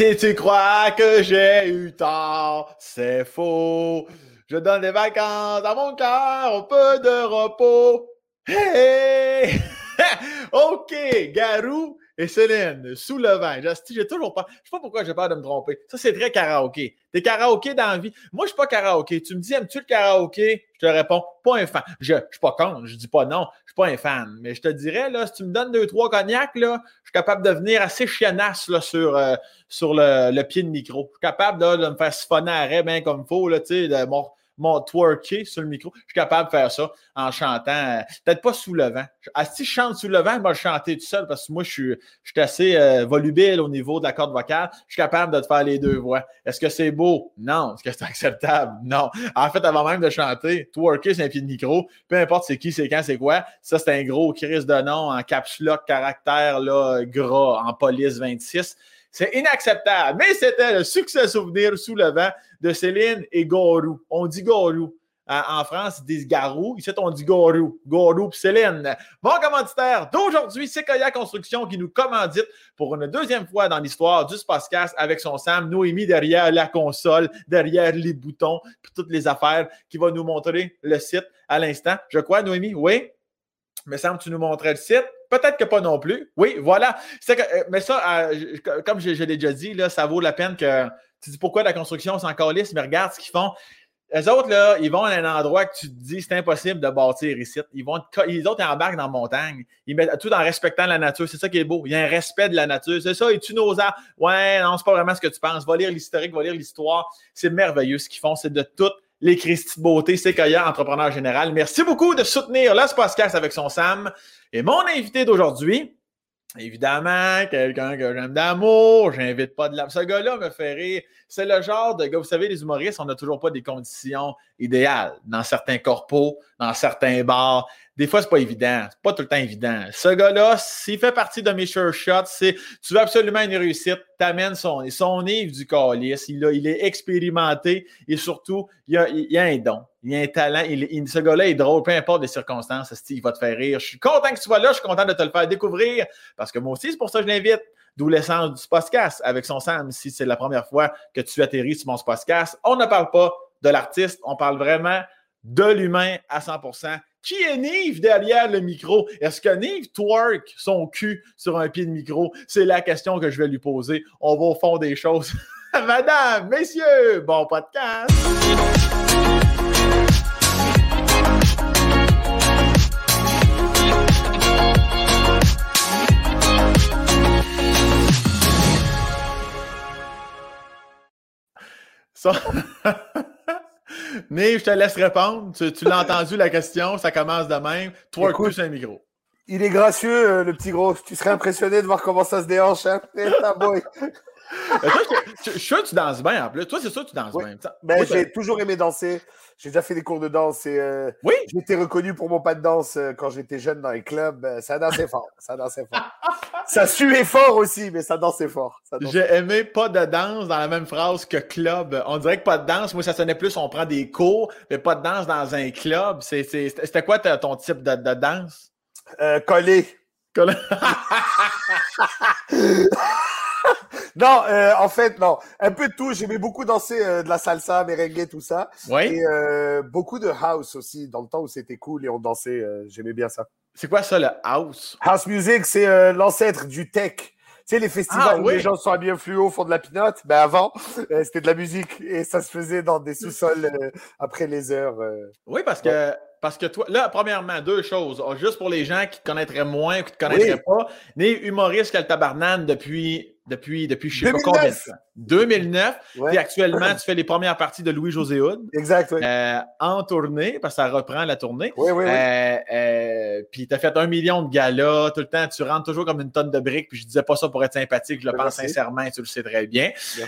Si tu crois que j'ai eu tort, c'est faux. Je donne des vacances à mon cœur, un peu de repos. Hey! OK, Garou et Céline, sous le vent. J'ai toujours peur. Je sais pas pourquoi j'ai peur de me tromper. Ça, c'est très karaoké. T'es karaoké dans la vie. Moi, je suis pas karaoké. Tu me dis, aimes-tu le karaoké? Je te réponds, pas un fan. Je suis pas contre, je dis pas non. Je suis pas un fan. Mais je te dirais, là, si tu me donnes 2-3 cognacs, là, je suis capable de venir assez chianasse là, sur le pied de micro. Je suis capable là, de me faire siphonner à arrêt bien comme il faut, là, tu sais, de mon twerker sur le micro. Je suis capable de faire ça en chantant, peut-être pas sous le vent. Si je chante sous le vent, je vais le chanter tout seul parce que moi, je suis assez volubile au niveau de la corde vocale. Je suis capable de te faire les deux voix. Est-ce que c'est beau? Non. Est-ce que c'est acceptable? Non. En fait, avant même de chanter, twerker sur un pied de micro, peu importe c'est qui, c'est quand, c'est quoi, ça, c'est un gros crise de nom en caps lock, caractère là, gras, en police 26. C'est inacceptable. Mais c'était le succès souvenir sous le vent de Céline et Gorou. On dit Gorou. En France, ils disent Garou. Ici, on dit Gorou. Gorou et Céline. Mon commanditaire d'aujourd'hui, Sequoia Construction qui nous commandite pour une deuxième fois dans l'histoire du Spacecast avec son Sam, Noémie derrière la console, derrière les boutons, puis toutes les affaires, qui va nous montrer le site à l'instant. Je crois, Noémie? Oui? Me semble que tu nous montrais le site. Peut-être que pas non plus. Oui, voilà. Mais ça, comme je l'ai déjà dit, là, ça vaut la peine que tu dis pourquoi la construction, c'est encore lisse, mais regarde ce qu'ils font. Les autres, là, ils vont à un endroit que tu te dis c'est impossible de bâtir ici. Les autres, ils embarquent dans la montagne. Ils mettent tout en respectant la nature. C'est ça qui est beau. Il y a un respect de la nature. C'est ça, es-tu nos arbres? Ouais, non, c'est pas vraiment ce que tu penses. Va lire l'historique, va lire l'histoire. C'est merveilleux ce qu'ils font. C'est de toutes les Christy de beauté. Sequoia, entrepreneur général. Merci beaucoup de soutenir le Spacecast avec son Sam. Et mon invité d'aujourd'hui, évidemment, quelqu'un que j'aime d'amour, j'invite pas de la... Ce gars-là me fait rire. C'est le genre de gars, vous savez, les humoristes, on n'a toujours pas des conditions idéales. Dans certains corpos, dans certains bars. Des fois, c'est pas évident. C'est pas tout le temps évident. Ce gars-là, s'il fait partie de mes sure shots, c'est tu veux absolument une réussite, t'amènes son Yves du calice. Il est expérimenté et surtout, il a un don. Il a un talent. Ce gars-là est drôle, peu importe les circonstances. Il va te faire rire. Je suis content que tu sois là. Je suis content de te le faire découvrir parce que moi aussi, c'est pour ça que je l'invite. D'où l'essence du podcast avec son Sam. Si c'est la première fois que tu atterris sur mon podcast, on ne parle pas de l'artiste. On parle vraiment de l'humain à 100%. Qui est Nive derrière le micro? Est-ce que Nive twerk son cul sur un pied de micro? C'est la question que je vais lui poser. On va au fond des choses. Madame, messieurs, bon podcast! Ça... Nive, je te laisse répondre. Tu l'as entendu, la question. Ça commence de même. Twerk plus un micro. Il est gracieux, le petit gros. Tu serais impressionné de voir comment ça se déhanche. Hein? Boy. Je suis sûr que tu danses bien en plus. Toi, c'est sûr que tu danses bien. Ben, j'ai toujours aimé danser. J'ai déjà fait des cours de danse. Et, oui? J'ai été reconnu pour mon pas de danse quand j'étais jeune dans les clubs. Ça dansait fort. Ça suait fort aussi, mais ça dansait fort. J'ai aimé pas de danse dans la même phrase que club. On dirait que pas de danse, moi, ça sonnait plus, on prend des cours, mais pas de danse dans un club. C'était quoi ton type de danse? Collé. Non, en fait, non. Un peu de tout. J'aimais beaucoup danser de la salsa, merengue, tout ça. Oui. Et beaucoup de house aussi, dans le temps où c'était cool et on dansait. J'aimais bien ça. C'est quoi ça, le house? House music, c'est l'ancêtre du tech. Tu sais, les festivals où les gens sont habillés fluo, font de la pinotte. Ben avant, c'était de la musique et ça se faisait dans des sous-sols après les heures. Oui, parce que toi, là, premièrement, deux choses. Juste pour les gens qui te connaîtraient moins ou qui te connaîtraient pas, né humoriste qu'elle tabarnane depuis je sais pas combien de temps. 2009. Puis actuellement, tu fais les premières parties de Louis-José Hood. Exact, oui. En tournée, parce que ça reprend la tournée. Oui. Puis tu as fait 1 million de galas. Tout le temps, tu rentres toujours comme une tonne de briques. Puis je disais pas ça pour être sympathique. Je le pense sincèrement et tu le sais très bien.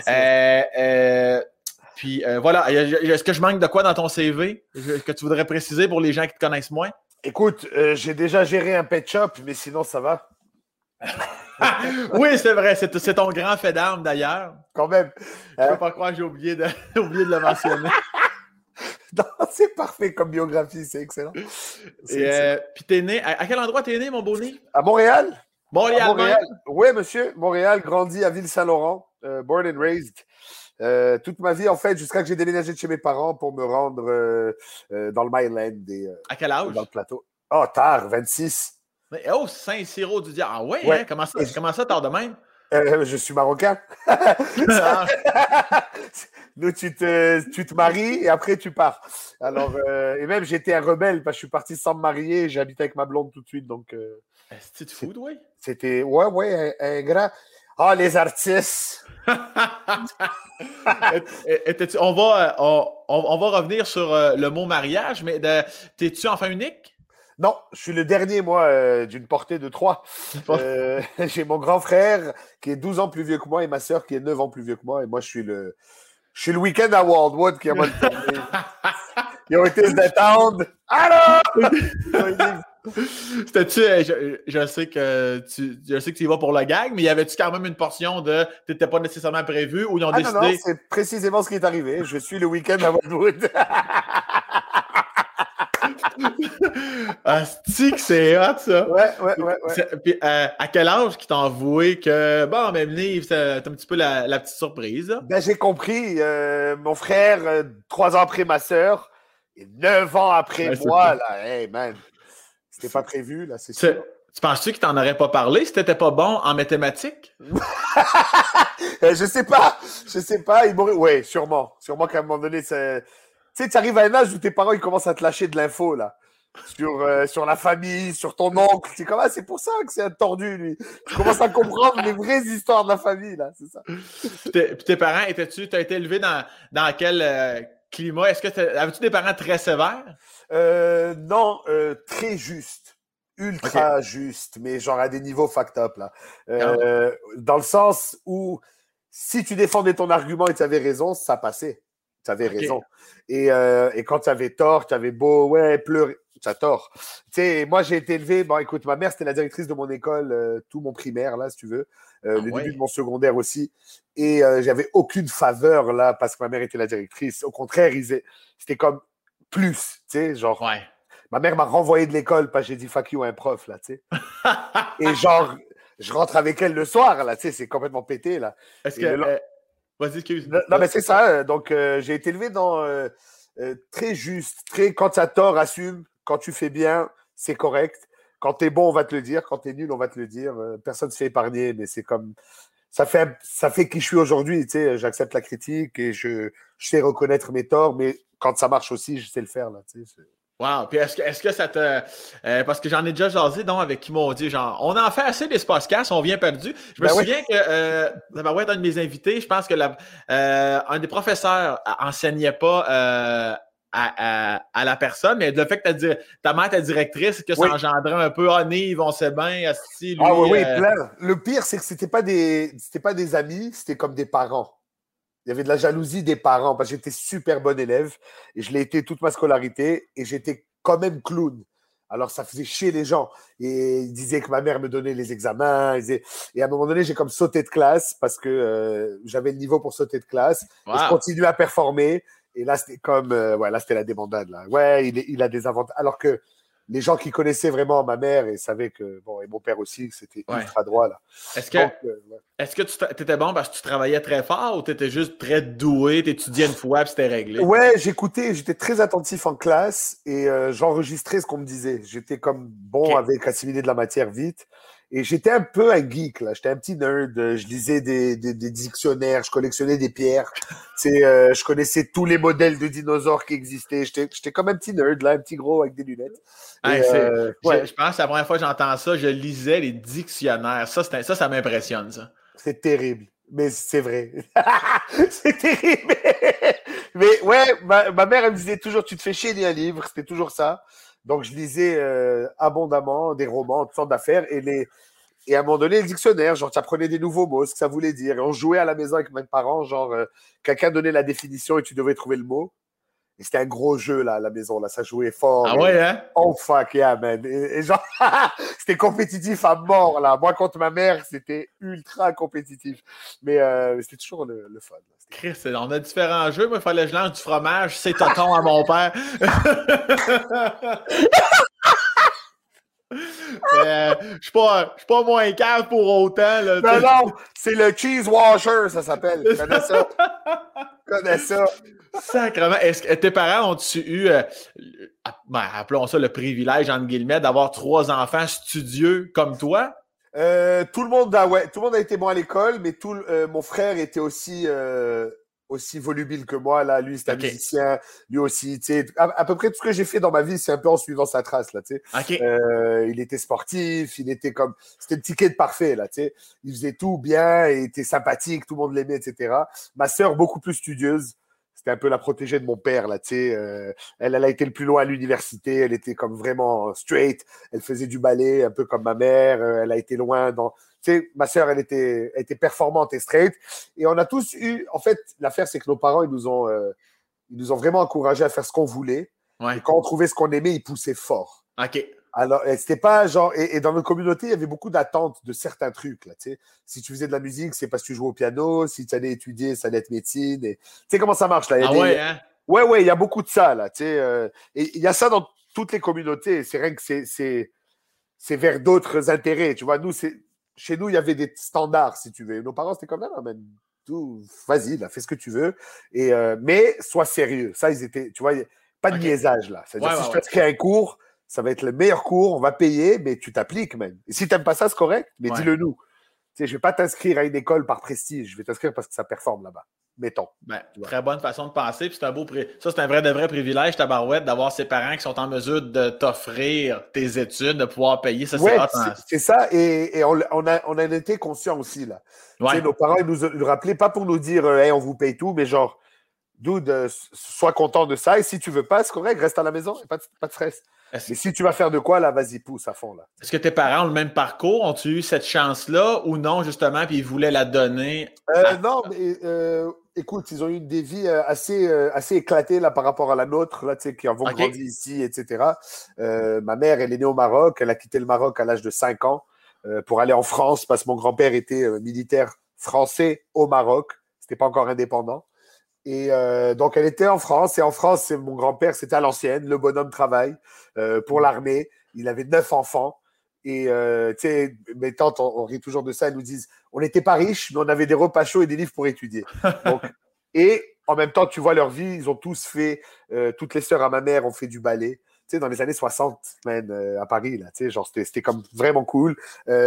Puis voilà. Est-ce que je manque de quoi dans ton CV que tu voudrais préciser pour les gens qui te connaissent moins? Écoute, j'ai déjà géré un pet shop, mais sinon, ça va. Oui, c'est vrai. C'est ton grand fait d'armes, d'ailleurs. Quand même. Je ne peux pas croire que j'ai oublié de le mentionner. Non, c'est parfait comme biographie. C'est excellent. Puis t'es né... À quel endroit t'es né, mon beau nez? À Montréal. Montréal. Oui, monsieur. Montréal, grandi à Ville-Saint-Laurent. born and raised. Toute ma vie, en fait, jusqu'à que j'ai déménagé de chez mes parents pour me rendre dans le Myland. À quel âge? Dans le plateau. Oh, tard, 26. Oh, Saint-Cyro du diable. Ah ouais, ouais. Hein? Comment ça, tard de même? Je suis marocain. Nous, tu te maries et après tu pars. Alors, et même j'étais un rebelle parce que je suis parti sans me marier et j'ai habité avec ma blonde tout de suite. Donc, c'est fou, oui. C'était, ouais, un grand. Ah, les artistes. On va revenir sur le mot mariage, mais t'es-tu enfant unique? Non, je suis le dernier, moi, d'une portée de 3. J'ai mon grand frère qui est 12 ans plus vieux que moi et ma sœur qui est 9 ans plus vieux que moi. Et moi, je suis le week-end à Wildwood qui a mal tourné. Yo, it is the town. Allô! C'était-tu, je sais que tu y vas pour le gag, mais y avait-tu quand même une portion de t'étais pas nécessairement prévu ou ils ont décidé? Non, c'est précisément ce qui est arrivé. Je suis le week-end à Wildwood. Asti que c'est hot, ça! Ouais. Puis, à quel âge qu'ils t'ont avoué que, bon, même livre, c'est un petit peu la petite surprise, là? Ben, j'ai compris. Mon frère, 3 ans après ma sœur, et 9 ans après moi, là. Hey, man. C'était pas prévu, là, c'est sûr. Tu penses-tu qu'il t'en aurait pas parlé si t'étais pas bon en mathématiques? Je sais pas. Ouais, sûrement. Sûrement qu'à un moment donné, c'est... Tu sais, tu arrives à un âge où tes parents ils commencent à te lâcher de l'info là sur la famille, sur ton oncle. C'est comme c'est pour ça que c'est un tordu lui. Tu commences à comprendre les vraies histoires de la famille là, c'est ça. Puis tes parents t'as été élevé dans quel climat? Avais-tu des parents très sévères? Non, très juste, ultra juste, mais genre à des niveaux fucked up là. Dans le sens où si tu défendais ton argument et tu avais raison, ça passait. Tu avais raison. Et quand tu avais tort, tu avais beau, pleurer, tu as tort. Tu sais, moi, j'ai été élevé, bon, écoute, ma mère, c'était la directrice de mon école, tout mon primaire, là, si tu veux, début de mon secondaire aussi. Et j'avais aucune faveur, là, parce que ma mère était la directrice. Au contraire, c'était comme plus, tu sais, genre. Ouais. Ma mère m'a renvoyé de l'école parce que j'ai dit fuck you à un prof, là, tu sais. Et genre, je rentre avec elle le soir, là, tu sais, c'est complètement pété, là. Est-ce que... Vas-y, excuse. Non, mais c'est ça. Donc, j'ai été élevé dans très juste, très quand tu as tort, assume. Quand tu fais bien, c'est correct. Quand tu es bon, on va te le dire. Quand tu es nul, on va te le dire. Personne ne se fait épargner, mais c'est comme ça fait qui je suis aujourd'hui. Tu sais, j'accepte la critique et je sais reconnaître mes torts, mais quand ça marche aussi, je sais le faire là. Tu sais, wow! Puis est-ce que ça te... parce que j'en ai déjà jasé, donc, avec qui m'ont dit, genre, on en fait assez des podcasts, on vient perdu. Je me souviens que, ça va être un de mes invités, je pense que un des professeurs enseignait pas à la personne, mais le fait que ta mère était directrice, que ça engendrait un peu, Nive, on sait bien, asti, lui... oui, plein. Le pire, c'est que c'était pas des amis, c'était comme des parents. Il y avait de la jalousie des parents parce que j'étais super bon élève et je l'ai été toute ma scolarité et j'étais quand même clown. Alors, ça faisait chier les gens. Et ils disaient que ma mère me donnait les examens. Et à un moment donné, j'ai comme sauté de classe parce que j'avais le niveau pour sauter de classe. Wow. Et je continuais à performer. Et là, c'était comme... là, c'était la débandade. Là. Ouais, il a des avantages. Alors que les gens qui connaissaient vraiment ma mère et savaient que... Bon, et mon père aussi, c'était ultra droit, là. Est-ce que tu étais bon parce que tu travaillais très fort ou tu étais juste très doué, tu étudiais une fois et c'était réglé? Ouais, j'étais très attentif en classe et j'enregistrais ce qu'on me disait. J'étais comme bon avec assimiler de la matière vite. Et j'étais un peu un geek, là. J'étais un petit nerd. Je lisais des dictionnaires, je collectionnais des pierres. Je connaissais tous les modèles de dinosaures qui existaient. J'étais comme un petit nerd, là, un petit gros avec des lunettes. Je pense que la première fois que j'entends ça, je lisais les dictionnaires. Ça m'impressionne, ça. C'est terrible, mais c'est vrai. C'est terrible. Mais ouais, ma mère, elle me disait toujours, tu te fais chier lire un livre. C'était toujours ça. Donc, je lisais abondamment des romans, toutes sortes d'affaires. Et à un moment donné, le dictionnaire, genre, tu apprenais des nouveaux mots, ce que ça voulait dire. Et on jouait à la maison avec mes parents, genre, quelqu'un donnait la définition et tu devais trouver le mot. Et c'était un gros jeu, là, à la maison. Là, ça jouait fort. Ah ouais, hein? Oh, fuck, yeah, man. Et genre, c'était compétitif à mort, là. Moi, contre ma mère, c'était ultra compétitif. Mais c'était toujours le fun. Chris, on a différents jeux. Moi, il fallait que je lance du fromage. C'est tonton à mon père. Je suis pas moins cave pour autant. Là, Non, non, c'est le cheese washer, ça s'appelle. Je connais ça. Sacrement. Est-ce que tes parents ont-tu eu, appelons ça le privilège, entre guillemets, d'avoir 3 enfants studieux comme toi? Tout le monde a été bon à l'école, mais mon frère était aussi volubile que moi. Là, lui, c'était un musicien. Lui aussi, tu sais, à peu près tout ce que j'ai fait dans ma vie, c'est un peu en suivant sa trace, là, tu sais. Il était sportif, c'était le ticket de parfait, là, tu sais. Il faisait tout bien, il était sympathique, tout le monde l'aimait, etc. Ma sœur, beaucoup plus studieuse. C'était un peu la protégée de mon père, là, tu sais. Elle a été le plus loin à l'université. Elle était comme vraiment straight. Elle faisait du ballet, un peu comme ma mère. Elle a été loin dans... Tu sais, ma sœur, elle était performante et straight. Et on a tous eu... En fait, l'affaire, c'est que nos parents, ils nous ont vraiment encouragés à faire ce qu'on voulait. Ouais. Et quand on trouvait ce qu'on aimait, ils poussaient fort. OK. Alors, c'était pas genre... Et dans notre communauté, il y avait beaucoup d'attentes de certains trucs, là, tu sais. Si tu faisais de la musique, c'est parce que tu jouais au piano. Si tu allais étudier, ça allait être médecine. Et... Tu sais comment ça marche, là? Hein? Ouais, il y a beaucoup de ça, là, tu sais. Et il y a ça dans toutes les communautés. C'est rien que c'est vers d'autres intérêts, tu vois. Chez nous, il y avait des standards, si tu veux. Nos parents, c'était comme ça, même. Vas-y, là, fais ce que tu veux. Mais sois sérieux. Ça, ils étaient, tu vois, pas de niaisage, là. C'est-à-dire, si je t'inscris à un cours, ça va être le meilleur cours, on va payer, mais tu t'appliques même. Et si tu n'aimes pas ça, c'est correct, mais dis-le nous. Tu sais, je ne vais pas t'inscrire à une école par prestige, je vais t'inscrire parce que ça performe là-bas. Mettons. Très bonne façon de penser. Puis c'est un beau ça, c'est un vrai de vrai privilège, tabarouette, d'avoir ses parents qui sont en mesure de t'offrir tes études, de pouvoir payer. Ça, c'est ça. Et on en était conscient aussi, là. Tu sais, nos parents, ils nous rappelaient, pas pour nous dire hey, on vous paye tout, mais genre, dude, sois content de ça. Et si tu veux pas, c'est correct, reste à la maison, pas de stress. Mais si tu vas faire de quoi, là, vas-y, pousse à fond, là. Est-ce que tes parents ont le même parcours? Ont-ils eu cette chance-là ou non, justement, puis ils voulaient la donner? Non, mais écoute, ils ont eu des vies assez éclatées là, par rapport à la nôtre, là, qui avons grandi ici, etc. Ma mère, elle est née au Maroc. Elle a quitté le Maroc à l'âge de 5 ans pour aller en France parce que mon grand-père était militaire français au Maroc. C'était pas encore indépendant. Et donc, elle était en France. Et en France, mon grand-père, c'était à l'ancienne. Le bonhomme travaille pour l'armée. Il avait 9 enfants. Et tu sais, mes tantes, on rit toujours de ça. Elles nous disent, on n'était pas riches, mais on avait des repas chauds et des livres pour étudier. Donc, et en même temps, tu vois leur vie. Ils ont tous fait, toutes les sœurs à ma mère ont fait du ballet. Tu sais, dans les années 60, à Paris, là, tu sais, genre, c'était comme vraiment cool.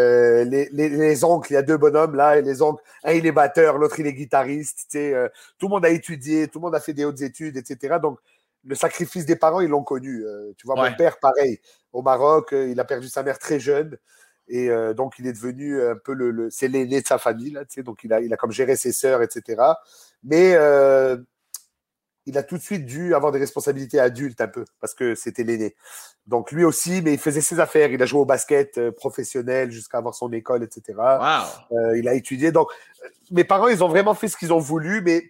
Les oncles, il y a 2 bonhommes, là, et les oncles, un, il est batteur, l'autre, il est guitariste, tu sais, tout le monde a étudié, tout le monde a fait des hautes études, etc. Donc, le sacrifice des parents, ils l'ont connu. Tu vois, mon père, pareil, au Maroc, il a perdu sa mère très jeune, et donc, il est devenu un peu c'est l'aîné de sa famille, là, tu sais, donc il a comme géré ses sœurs, etc. Mais il a tout de suite dû avoir des responsabilités adultes un peu, parce que c'était l'aîné. Donc lui aussi, mais il faisait ses affaires. Il a joué au basket professionnel jusqu'à avoir son école, etc. Wow. Il a étudié. Donc, mes parents, ils ont vraiment fait ce qu'ils ont voulu, mais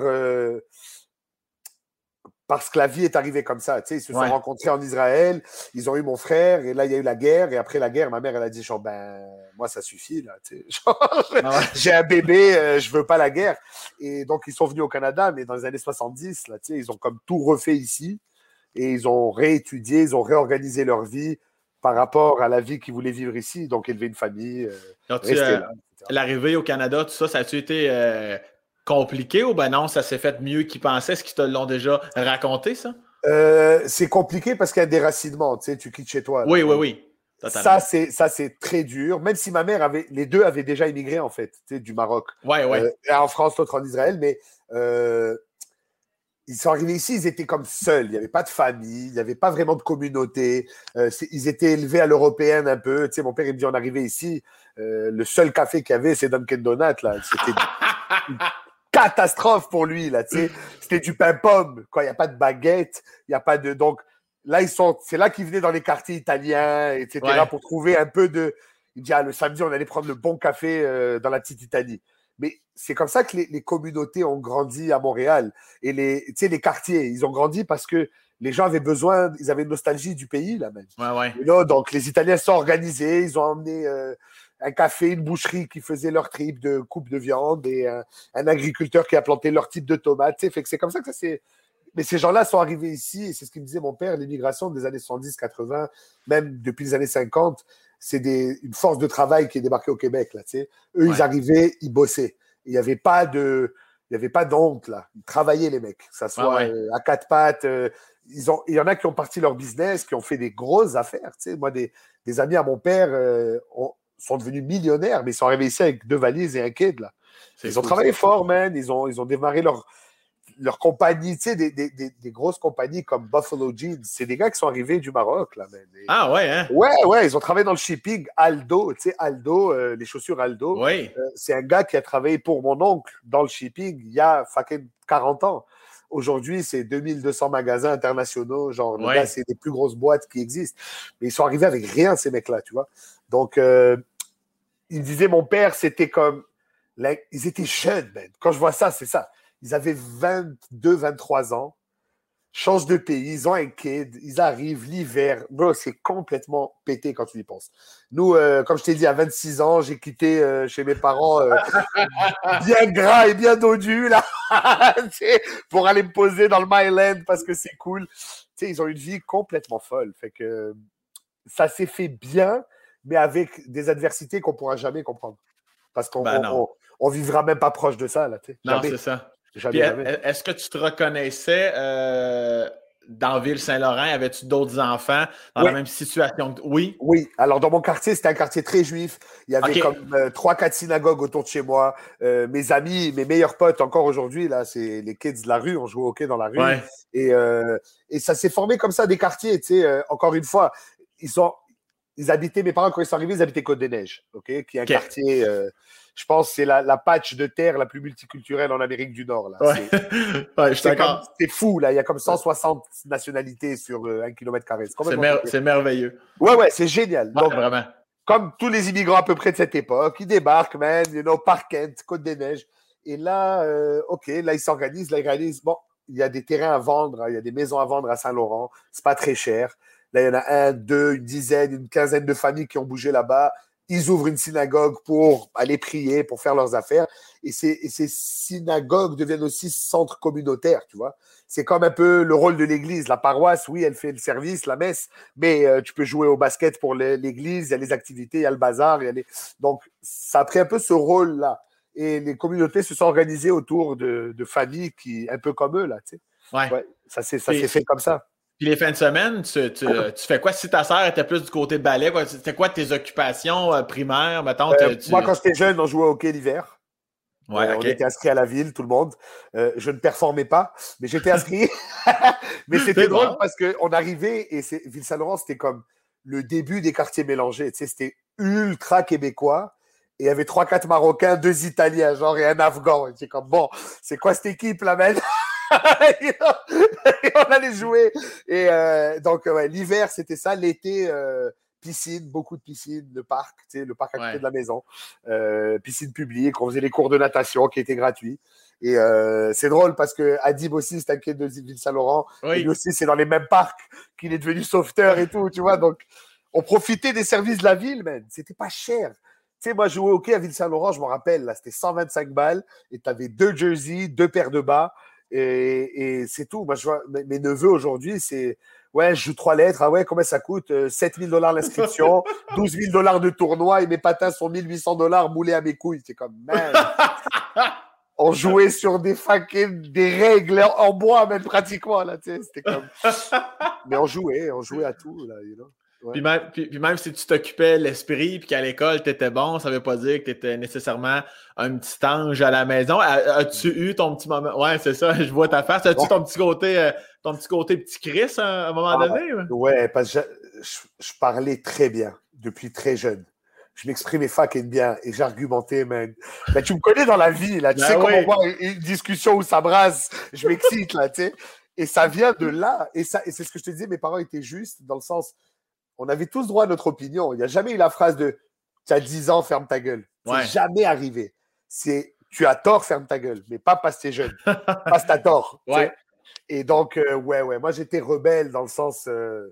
parce que la vie est arrivée comme ça. Tu sais, ils se sont rencontrés en Israël, ils ont eu mon frère, et là, il y a eu la guerre. Et après la guerre, ma mère, elle a dit, genre, moi, ça suffit, là. Tu sais, genre, j'ai un bébé, je veux pas la guerre. Et donc, ils sont venus au Canada, mais dans les années 70, là, tu sais, ils ont comme tout refait ici. Et ils ont réétudié, ils ont réorganisé leur vie par rapport à la vie qu'ils voulaient vivre ici. Donc, élever une famille, rester là. L'arrivée au Canada, tout ça, ça a-tu été compliqué ou ben non, ça s'est fait mieux qu'ils pensaient? Est-ce qu'ils te l'ont déjà raconté, ça? C'est compliqué parce qu'il y a un déracinement, tu sais, tu quittes chez toi. Oui, oui, oui. Totalement. Ça, c'est très dur. Même si ma mère les 2 avaient déjà immigré, en fait, tu sais, du Maroc. Oui, oui. En France, l'autre en Israël, mais ils sont arrivés ici, ils étaient comme seuls. Il n'y avait pas de famille, il n'y avait pas vraiment de communauté. Ils étaient élevés à l'européenne un peu. Tu sais, mon père, il me dit, on est arrivé ici, le seul café qu'il y avait, c'est Dunkin' Donuts, là. C'était une catastrophe pour lui, là, tu sais. C'était du pain pomme, quoi. Il n'y a pas de baguette, il n'y a pas de... Donc, là, c'est là qu'ils venaient dans les quartiers italiens, etc., pour trouver un peu de... Il me dit, le samedi, on allait prendre le bon café dans la petite Italie. Mais c'est comme ça que les communautés ont grandi à Montréal. Et les quartiers, ils ont grandi parce que les gens avaient besoin, ils avaient une nostalgie du pays, là, même. Et là, donc, les Italiens sont organisés, ils ont emmené un café, une boucherie qui faisait leur trip de coupe de viande et un agriculteur qui a planté leur type de tomates. Fait que c'est comme ça que ça s'est... Mais ces gens-là sont arrivés ici, et c'est ce qu'il me disait mon père, l'immigration des années 70, 80, même depuis les années 50, une force de travail qui est débarquée au Québec, là, tu sais. Eux, Ouais. ils arrivaient, ils bossaient. Il n'y avait pas d'honte, là. Ils travaillaient, les mecs. Que ça Ouais, soit ouais. à quatre pattes. Il y en a qui ont parti leur business, qui ont fait des grosses affaires. Tu sais. Moi, des amis à mon père sont devenus millionnaires, mais ils sont arrivés ici avec 2 valises et un kid, là. C'est Ils ont fou, travaillé ça. fort, man. Ils ont démarré leur compagnie, tu sais, des grosses compagnies comme Buffalo Jeans. C'est des gars qui sont arrivés du Maroc, là, man. Ah, ouais, hein? Ouais, ils ont travaillé dans le shipping. Aldo, tu sais, Aldo, les chaussures Aldo. Oui. C'est un gars qui a travaillé pour mon oncle dans le shipping il y a fucking 40 ans. Aujourd'hui, c'est 2200 magasins internationaux. Genre, le gars, Oui. c'est des plus grosses boîtes qui existent. Mais ils sont arrivés avec rien, ces mecs-là, tu vois. Donc, il disait, mon père, c'était comme. Là, ils étaient jeunes, man. Quand je vois ça, c'est ça. Ils avaient 22, 23 ans. Changent de pays, ils ont un kid, ils arrivent l'hiver. Bro, c'est complètement pété quand tu y penses. Nous, comme je t'ai dit, à 26 ans, j'ai quitté chez mes parents bien gras et bien dodu, là, pour aller me poser dans le Myland parce que c'est cool. Tu sais, ils ont une vie complètement folle. Fait que ça s'est fait bien, mais avec des adversités qu'on ne pourra jamais comprendre. Parce qu'on Ben non. on vivra même pas proche de ça, là, tu sais. Non, Jamais. c'est ça. Puis, Jamais, jamais. est-ce que tu te reconnaissais dans Ville-Saint-Laurent? Avais-tu d'autres enfants dans la Oui. même situation que... Oui? Oui, alors dans mon quartier, c'était un quartier très juif. Il y avait OK. comme 3-4 synagogues autour de chez moi. Mes amis, mes meilleurs potes encore aujourd'hui, là, c'est les kids de la rue. On joue au hockey dans la rue. Ouais. Et ça s'est formé comme ça, des quartiers. Tu sais, encore une fois, ils habitaient, mes parents, quand ils sont arrivés, ils habitaient Côte-des-Neiges, okay, qui est un OK. quartier, je pense, c'est la patch de terre la plus multiculturelle en Amérique du Nord. Là. Ouais. Ouais, je suis d'accord. C'est fou, là. Il y a comme 160 nationalités sur 1 km². C'est complètement C'est merveilleux. Ouais, c'est génial. Ouais, Donc, vraiment. comme tous les immigrants à peu près de cette époque, ils débarquent, man, Park Kent, Côte-des-Neiges. Et là, OK, là, ils s'organisent, là, ils réalisent, bon, il y a des terrains à vendre, il y a des maisons à vendre à Saint-Laurent, c'est pas très cher. Là, il y en a une dizaine, une quinzaine de familles qui ont bougé là-bas. Ils ouvrent une synagogue pour aller prier, pour faire leurs affaires. Et ces synagogues deviennent aussi centres communautaires, tu vois. C'est comme un peu le rôle de l'église. La paroisse, oui, elle fait le service, la messe, mais tu peux jouer au basket pour l'église, il y a les activités, il y a le bazar. Donc, ça a pris un peu ce rôle-là. Et les communautés se sont organisées autour de familles un peu comme eux, là, tu sais. Ouais. Ouais, ça s'est fait comme ça. Puis les fins de semaine, tu fais quoi? Si ta sœur était plus du côté ballet, c'était quoi tes occupations primaires, mettons? Moi, quand j'étais jeune, on jouait au hockey l'hiver. Ouais, On OK. était inscrits à la ville, tout le monde. Je ne performais pas, mais j'étais inscrit. Mais c'était C'est drôle bon. parce qu'on arrivait et Ville-Saint-Laurent, c'était comme le début des quartiers mélangés. Tu sais, c'était ultra québécois. Et il y avait 3-4 Marocains, 2 Italiens, genre, et un Afghan. Et c'est comme, bon, c'est quoi cette équipe, là, man? Et on allait jouer. Et donc, ouais, l'hiver, c'était ça. L'été, piscine, beaucoup de piscines, le parc, tu sais, le parc à côté Ouais. de la maison. Piscine publique, on faisait les cours de natation qui étaient gratuits. Et c'est drôle parce que Adib aussi, c'est un kid de Ville-Saint-Laurent. Oui. Et lui aussi, c'est dans les mêmes parcs qu'il est devenu sauveteur et tout, tu vois. Donc, on profitait des services de la ville, man. C'était pas cher. Tu sais, moi, je jouais au hockey à Ville-Saint-Laurent, je me rappelle, là, c'était 125 balles et tu avais 2 jerseys, 2 paires de bas et c'est tout. Moi, je vois mes neveux aujourd'hui, c'est ouais, je joue 3 lettres. Ah ouais, combien ça coûte? 7 000 $ l'inscription, 12 000 $ de tournoi et mes patins sont 1 800 $ moulés à mes couilles. C'est comme, man. On jouait sur des règles en bois, même pratiquement, là, tu sais. C'était comme. Mais on jouait à tout, là, you know? Ouais. Puis même si tu t'occupais l'esprit puis qu'à l'école, tu étais bon, ça ne veut pas dire que tu étais nécessairement un petit ange à la maison. As-tu eu ton petit moment? Ouais, c'est ça, je vois ta face. As-tu Ouais. ton petit côté petit Chris à un moment donné? Ouais, parce que je parlais très bien depuis très jeune. Je m'exprimais fucking bien et j'argumentais, man. Ben, tu me connais dans la vie, là. Tu sais comment voir une discussion où ça brasse, je m'excite, là, tu sais. Et ça vient de là. Et c'est ce que je te disais, mes parents étaient justes dans le sens, on avait tous droit à notre opinion. Il n'y a jamais eu la phrase de tu as 10 ans, ferme ta gueule. Ouais. C'est jamais arrivé. C'est tu as tort, ferme ta gueule, mais pas parce que tu es jeune. Parce que tu as tort. Ouais. Et donc, ouais. Moi, j'étais rebelle dans le sens.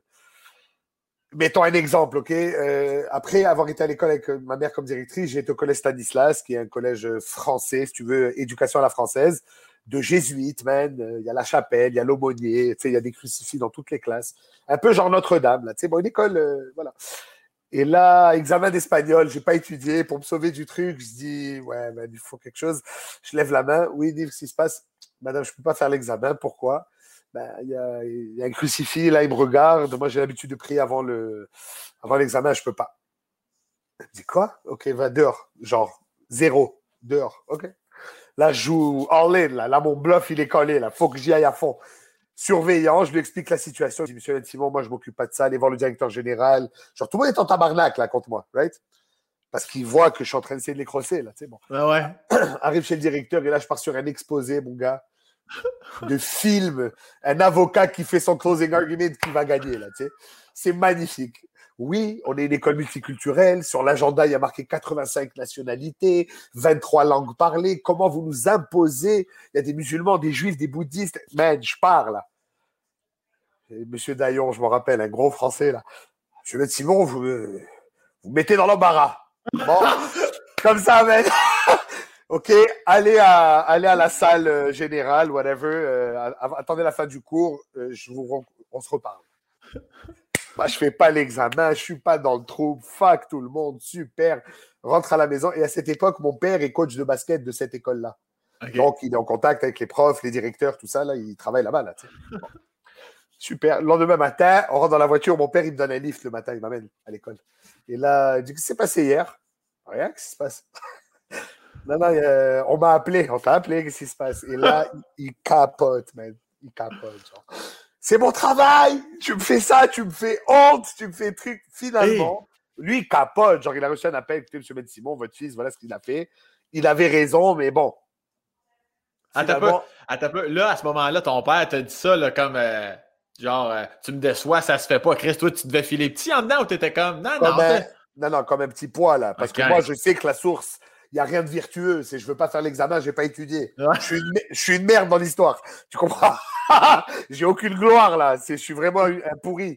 Mettons un exemple, OK? Après avoir été à l'école avec ma mère comme directrice, j'ai été au collège Stanislas, qui est un collège français, si tu veux, éducation à la française, de jésuites, man. Il y a la chapelle, il y a l'aumônier, tu sais, il y a des crucifix dans toutes les classes. Un peu genre Notre-Dame, là, tu sais, bon, une école, voilà. Et là, examen d'espagnol, j'ai pas étudié. Pour me sauver du truc, je dis, ouais, ben, il faut quelque chose. Je lève la main. Oui, dis ce qui se passe. Madame, je peux pas faire l'examen. Pourquoi? Ben, il y a un crucifix, là, il me regarde. Moi, j'ai l'habitude de prier avant l'examen, je peux pas. Elle me dit, quoi? Ok, va dehors. Genre, 0. Dehors. Ok. Là, je joue all in. Là, mon bluff, il est collé. Là, faut que j'y aille à fond. Surveillant, je lui explique la situation. Je dis, monsieur Simon, moi, je m'occupe pas de ça. Allez voir le directeur général. Genre, tout le monde est en tabarnak, là, contre moi, right? Parce qu'il voit que je suis en train d'essayer de les crosser, là, tu sais, bon. Ouais. Arrive chez le directeur, et là, je pars sur un exposé, mon gars, de film. Un avocat qui fait son closing argument qui va gagner, là, tu sais. C'est magnifique. Oui, on est une école multiculturelle. Sur l'agenda, il y a marqué 85 nationalités, 23 langues parlées. Comment vous nous imposez? Il y a des musulmans, des juifs, des bouddhistes. Man, je pars, là. Et monsieur Daillon, je me rappelle, un gros français, là. Monsieur Simon, vous mettez dans l'embarras. Bon, comme ça, man. Ok, allez à la salle générale, whatever. Attendez la fin du cours. On se reparle. Moi, je fais pas l'examen, je suis pas dans le trouble. Fuck tout le monde, super. Rentre à la maison. Et à cette époque, mon père est coach de basket de cette école-là. Okay. Donc, il est en contact avec les profs, les directeurs, tout ça. Là, il travaille là-bas. Là, bon. Super. Le lendemain matin, on rentre dans la voiture. Mon père, il me donne un lift le matin. Il m'amène à l'école. Et là, il dit, qu'est-ce qui s'est passé hier? Rien, qu'est-ce qui se passe? Non, on m'a appelé. On t'a appelé, qu'est-ce qui se passe? Et là, il capote, man. Il capote, genre. C'est mon travail! Tu me fais ça, tu me fais honte, tu me fais truc. Finalement, lui, il capote. Genre, il a reçu un appel. Écoutez, monsieur Ben Simon, votre fils, voilà ce qu'il a fait. Il avait raison, mais bon. Attends un peu. Là, à ce moment-là, ton père t'a dit ça, là, comme... tu me déçois, ça se fait pas. Chris, toi, tu devais filer petit en dedans ou t'étais comme... Non, comme un petit poids, là. Parce que moi, je sais que la source, il n'y a rien de vertueux. C'est je veux pas faire l'examen, je n'ai pas étudié. Ouais. Je suis une merde dans l'histoire. Tu comprends? J'ai aucune gloire, là. Je suis vraiment un pourri.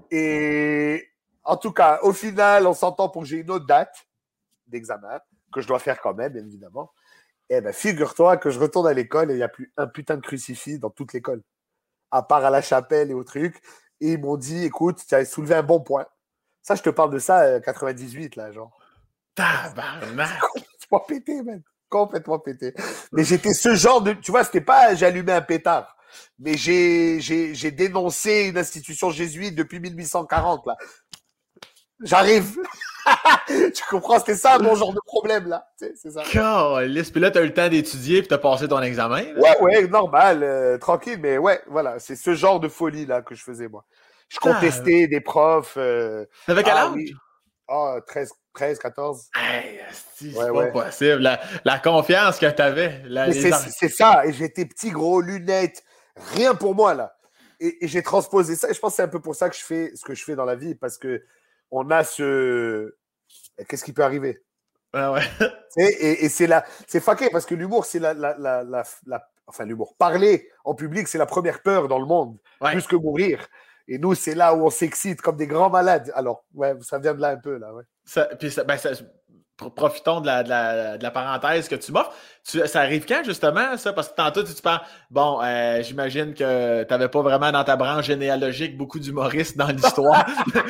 Et en tout cas, au final, on s'entend pour que j'ai une autre date d'examen, que je dois faire quand même, bien évidemment. Eh bien, figure-toi que je retourne à l'école et il n'y a plus un putain de crucifix dans toute l'école. À part à la chapelle et au truc. Et ils m'ont dit, écoute, tu as soulevé un bon point. Ça, je te parle de ça, 98, là, genre. Tabarnak! Complètement pété, man. Complètement pété. Mais j'étais ce genre de... Tu vois, c'était pas j'ai allumé un pétard. Mais j'ai dénoncé une institution jésuite depuis 1840, là. J'arrive. Tu comprends? C'était ça, mon genre de problème, là. C'est ça. Calisse. Puis là, t'as eu le temps d'étudier puis t'as passé ton examen. Là. Ouais, normal. Tranquille, mais ouais, voilà. C'est ce genre de folie, là, que je faisais, moi. Je contestais des profs. T'avais quel âge? Oui. 13, 14. Hey, c'est pas possible. La confiance que t'avais. C'est ça. Et j'étais petit, gros, lunettes. Rien pour moi, là. Et j'ai transposé ça. Et je pense que c'est un peu pour ça que je fais ce que je fais dans la vie. Parce que on a ce... Qu'est-ce qui peut arriver? Ouais. Et c'est fucké parce que l'humour, c'est enfin, l'humour. Parler en public, c'est la première peur dans le monde. Ouais. Plus que mourir. Et nous, c'est là où on s'excite comme des grands malades. Alors, ouais, ça vient de là un peu, là, ouais. Profitons de la parenthèse que tu m'offres. Ça arrive quand, justement, ça? Parce que tantôt, tu parles... Bon, j'imagine que tu n'avais pas vraiment dans ta branche généalogique beaucoup d'humoristes dans l'histoire.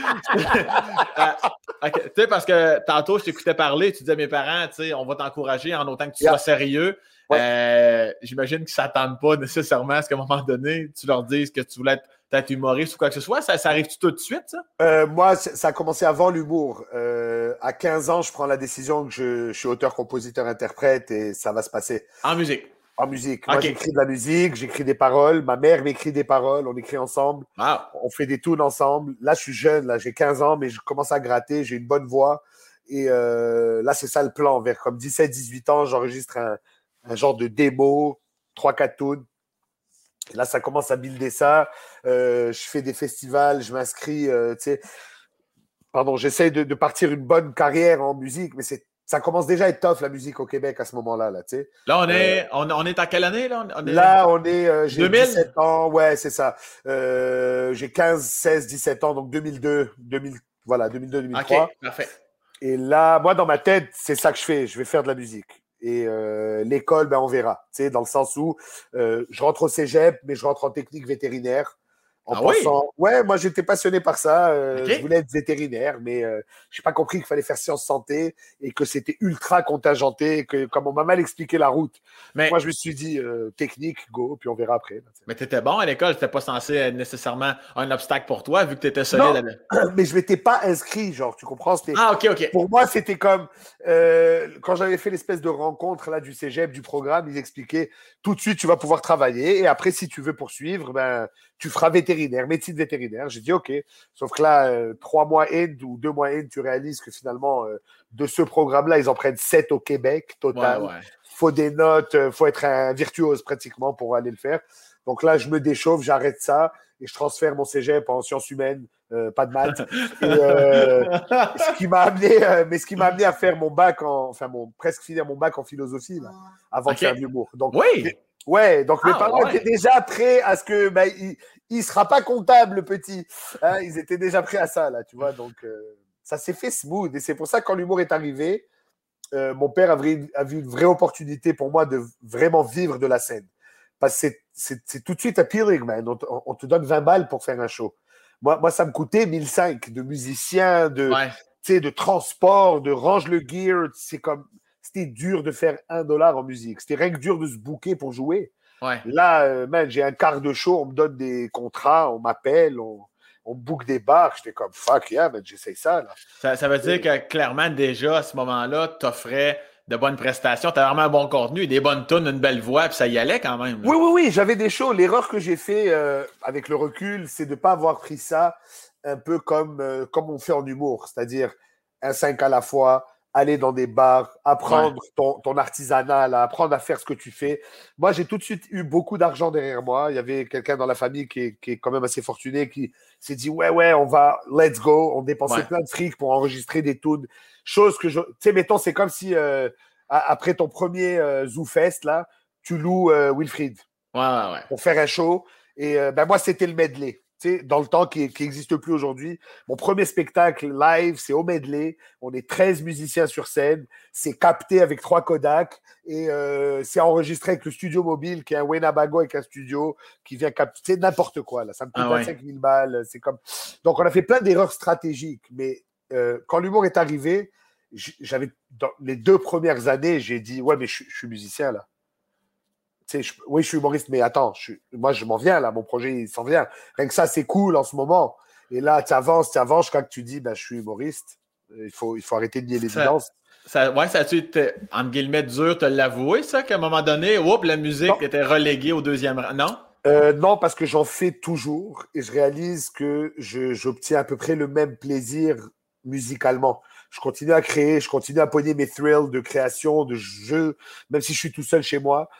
Okay. Tu sais, parce que tantôt, je t'écoutais parler, tu disais à mes parents, tu sais, on va t'encourager en autant que tu sois sérieux. Ouais. J'imagine qu'ils ne s'attendent pas nécessairement à ce qu'à un moment donné, tu leur dises que tu voulais être humoriste ou quoi que ce soit. Ça arrive-tu tout de suite, ça? Moi, ça a commencé avant l'humour. À 15 ans, je prends la décision que je suis auteur, compositeur, interprète et ça va se passer. En musique? En musique. Okay. Moi, j'écris de la musique, j'écris des paroles. Ma mère m'écrit des paroles, on écrit ensemble. Wow. On fait des tunes ensemble. Là, je suis jeune, là, j'ai 15 ans, mais je commence à gratter, j'ai une bonne voix. Et là, c'est ça le plan. Vers comme 17-18 ans, j'enregistre un genre de démo, 3-4 tunes. Et là, ça commence à builder ça. Je fais des festivals, je m'inscris, j'essaie de partir une bonne carrière en musique, mais ça commence déjà à être tough, la musique au Québec à ce moment-là. Là, là on est à quelle année? J'ai 2000? 17 ans, ouais, c'est ça. J'ai 15, 16, 17 ans, donc 2002, 2003. OK, parfait. Et là, moi, dans ma tête, c'est ça que je fais. Je vais faire de la musique. Et l'école, on verra. Dans le sens où je rentre au cégep, mais je rentre en technique vétérinaire. En Ah oui? pensant, ouais, moi j'étais passionné par ça. OK. Je voulais être vétérinaire, mais j'ai pas compris qu'il fallait faire sciences santé et que c'était ultra contingenté, que comme on m'a mal expliqué la route. Donc moi Mais, je me suis dit technique, go, puis on verra après. Là, tu sais. mais t'étais bon à l'école, c'était pas censé être nécessairement un obstacle pour toi, vu que t'étais solide. Non, mais je m'étais pas inscrit, genre, tu comprends? C'était, Ah, OK, OK. pour moi, c'était comme quand j'avais fait l'espèce de rencontre là du cégep, du programme, ils expliquaient tout de suite, tu vas pouvoir travailler et après, si tu veux poursuivre, ben, tu feras vétérinaire, médecine vétérinaire. J'ai dit OK. Sauf que là, 3 mois end ou 2 mois end, tu réalises que finalement, de ce programme-là, ils en prennent 7 au Québec Ouais, total. ouais. Faut des notes, faut être un virtuose pratiquement pour aller le faire. Donc là, je me déchauffe, j'arrête ça et je transfère mon cégep en sciences humaines, pas de maths. Et ce qui m'a amené, mais ce qui m'a amené à faire mon bac enfin presque finir mon bac en philosophie là, avant de OK. faire de l'humour. Donc Oui! ouais, donc mes Ah, parents étaient ouais. déjà prêts à ce que il sera pas comptable le petit. Hein, ils étaient déjà prêts à ça là, tu vois. Donc ça s'est fait smooth et c'est pour ça que quand l'humour est arrivé, mon père a vu une vraie opportunité pour moi de vraiment vivre de la scène. Parce que c'est tout de suite appealing, man. On te donne 20 balles pour faire un show. Moi ça me coûtait 1005 de musicien, Ouais, de transport, de range le gear. C'était dur de faire $1 en musique. C'était rien que dur de se booker pour jouer. ouais. Là, man, j'ai un quart de show, on me donne des contrats, on m'appelle, on me book des bars. J'étais comme, fuck yeah, man, j'essaye ça, là. Ça veut dire que clairement, déjà, à ce moment-là, t'offrais de bonnes prestations, t'avais vraiment un bon contenu, des bonnes tunes, une belle voix, puis ça y allait quand même. Là. Oui, oui, oui, j'avais des shows. L'erreur que j'ai fait avec le recul, c'est de ne pas avoir pris ça un peu comme on fait en humour, c'est-à-dire un 5 à la fois, aller dans des bars, Ouais, apprendre ton artisanat, là, apprendre à faire ce que tu fais. Moi, j'ai tout de suite eu beaucoup d'argent derrière moi. Il y avait quelqu'un dans la famille qui est quand même assez fortuné qui s'est dit, ouais, on va, let's go. On dépensait ouais, plein de fric pour enregistrer des tunes. Chose que tu sais, mettons, c'est comme si après ton premier ZooFest, là, tu loues Wilfried ouais, ouais, ouais. pour faire un show. Et ben moi, c'était le medley. Tu sais, dans le temps qui n'existe plus aujourd'hui. Mon premier spectacle live, c'est au medley. On est 13 musiciens sur scène. C'est capté avec 3 Kodak. Et c'est enregistré avec le studio mobile, qui est un Winnebago avec un studio qui vient capter. C'est n'importe quoi, là. Ça me coûte Ah ouais. 25 000 balles. C'est comme... Donc, on a fait plein d'erreurs stratégiques. Mais quand l'humour est arrivé, j'avais, dans les 2 premières années, j'ai dit, ouais, mais je suis musicien, là. Oui, je suis humoriste, mais attends, moi, je m'en viens là, mon projet, il s'en vient. Rien que ça, c'est cool en ce moment. Et là, tu avances, quand tu dis, ben, je suis humoriste. Il faut arrêter de nier l'évidence. Ouais, ça a-tu été, entre guillemets, dur de l'avouer, ça, qu'à un moment donné, oups, la musique Non, était reléguée au deuxième rang. Non? non, parce que j'en fais toujours et je réalise que j'obtiens à peu près le même plaisir musicalement. Je continue à créer, je continue à pogner mes thrills de création, de jeu, même si je suis tout seul chez moi.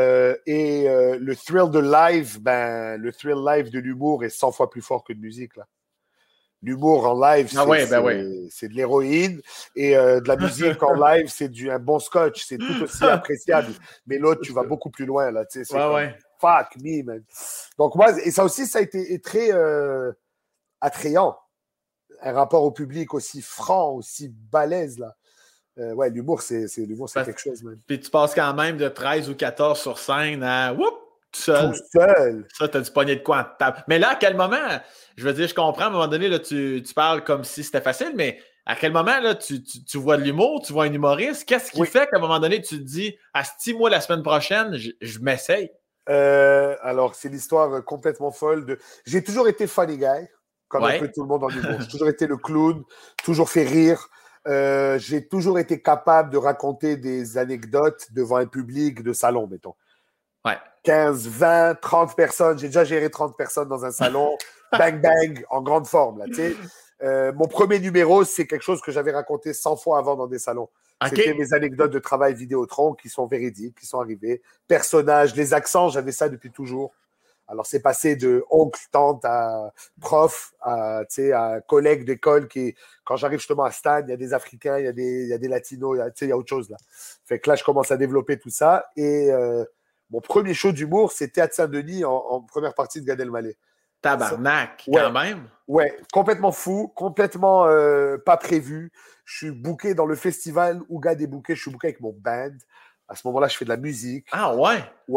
Le thrill de live, le thrill live de l'humour est 100 fois plus fort que de musique, là. L'humour en live, Ah ouais, ben ouais. c'est de l'héroïne et de la musique en live, c'est un bon scotch. C'est tout aussi appréciable. Mais l'autre, tu vas beaucoup plus loin, là. Tu sais, c'est Ouais, comme ouais. fuck me, man. Donc, moi, et ça aussi, ça a été très attrayant. Un rapport au public aussi franc, aussi balèze, là. Ouais, l'humour, c'est Parce- quelque chose, man. Puis tu passes quand même de 13 ou 14 sur scène à, oups, tout Tout seul. seul. Ça, t'as du pogné de quoi en table. Mais là, à quel moment, je veux dire, je comprends, à un moment donné, là, tu parles comme si c'était facile, mais à quel moment, là, tu vois de l'humour, tu vois un humoriste, qu'est-ce qui Oui. fait qu'à un moment donné, tu te dis, asti, moi, la semaine prochaine, je m'essaye? Alors, c'est l'histoire complètement folle de. J'ai toujours été funny guy, comme un peu Ouais. tout le monde en humour. J'ai toujours été le clown, toujours fait rire. J'ai toujours été capable de raconter des anecdotes devant un public de salon, mettons. Ouais. 15, 20, 30 personnes. J'ai déjà géré 30 personnes dans un salon. Bang, bang, en grande forme, là, tu sais. Mon premier numéro, c'est quelque chose que j'avais raconté 100 fois avant dans des salons. OK. C'était mes anecdotes de travail Vidéotron qui sont véridiques, qui sont arrivées. Personnages, les accents, j'avais ça depuis toujours. Alors, c'est passé de oncle, tante à prof, à collègue d'école qui, quand j'arrive justement à Stan, il y a des Africains, il y a des Latinos, il y a autre chose là. Fait que là, je commence à développer tout ça. Et mon premier show d'humour, c'est Théâtre Saint-Denis en première partie de Gad Elmaleh. Tabarnak, Ouais, quand même. ouais, complètement fou, complètement pas prévu. Je suis booké dans le festival où Gad est booké. Je suis booké avec mon band. À ce moment-là, je fais de la musique. Ah ouais. Ouais.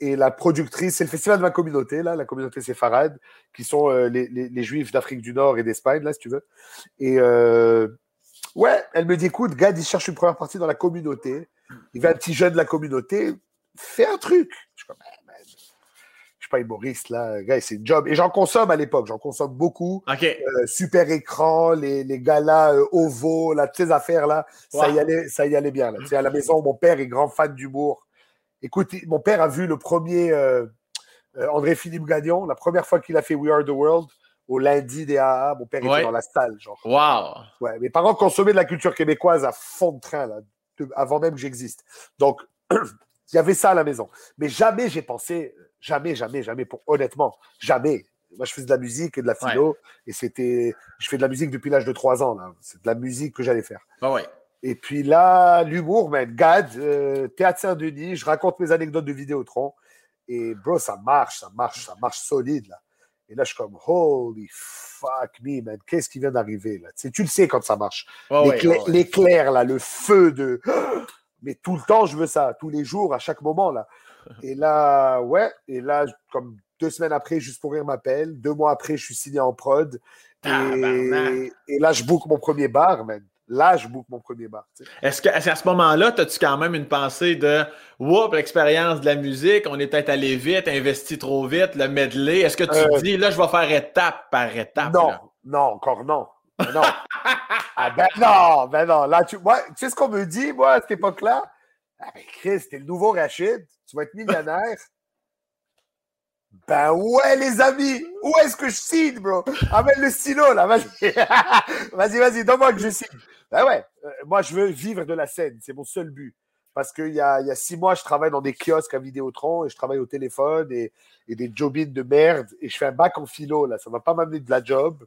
Et la productrice, c'est le festival de ma communauté, là, la communauté séfarade, qui sont les Juifs d'Afrique du Nord et d'Espagne, là, si tu veux. Et ouais, elle me dit, écoute, Gad, il cherche une première partie dans la communauté. Il veut un petit jeune de la communauté. Fais un truc. Je suis comme, je suis pas humoriste, là. Gars, c'est une job. Et j'en consomme à l'époque. J'en consomme beaucoup. OK. Super écran, les galas ovaux, là, toutes ces affaires-là. Ça y allait bien, là. Tu sais, à la maison, mon père est grand fan d'humour. Écoute, mon père a vu le premier André-Philippe Gagnon, la première fois qu'il a fait We Are the World, au lundi des AA. Mon père était dans la salle, genre. Wow! Ouais, mes parents consommaient de la culture québécoise à fond de train, là, avant même que j'existe. Donc, il y avait ça à la maison. Mais jamais j'ai pensé, jamais, honnêtement, jamais. Moi, je faisais de la musique et de la philo, et je fais de la musique depuis l'âge de 3 ans, là. C'est de la musique que j'allais faire. Ouais. Et puis là, l'humour, man, Gad, Théâtre Saint-Denis, je raconte mes anecdotes de Vidéotron, et bro, ça marche solide, là. Et là, je suis comme, holy fuck me, man, qu'est-ce qui vient d'arriver, là? Tu le sais quand ça marche. L'éclair, là, le feu de... Mais tout le temps, je veux ça, tous les jours, à chaque moment, là. Et là, comme 2 semaines après, Juste pour rire m'appelle. 2 mois après, je suis signé en prod. Et là, je book mon premier bar, man. Est-ce qu'à ce moment-là, as-tu quand même une pensée de « Whoop, l'expérience de la musique, on est peut-être allé vite, investi trop vite, le medley ». Est-ce que tu te dis « Là, je vais faire étape par étape ». Non, encore non. Non. Ben non. Là, tu sais ce qu'on me dit, moi, à cette époque-là? Ah ben Chris, t'es le nouveau Rachid, tu vas être millionnaire. Ben ouais, les amis, où est-ce que je signe, bro? Amène le stylo, là, vas-y. Vas-y, donne-moi que je signe. Ben ouais, moi, je veux vivre de la scène, c'est mon seul but. Parce qu'il y a 6 mois, je travaille dans des kiosques à Vidéotron et je travaille au téléphone et des jobines de merde et je fais un bac en philo, là, ça va pas m'amener de la job.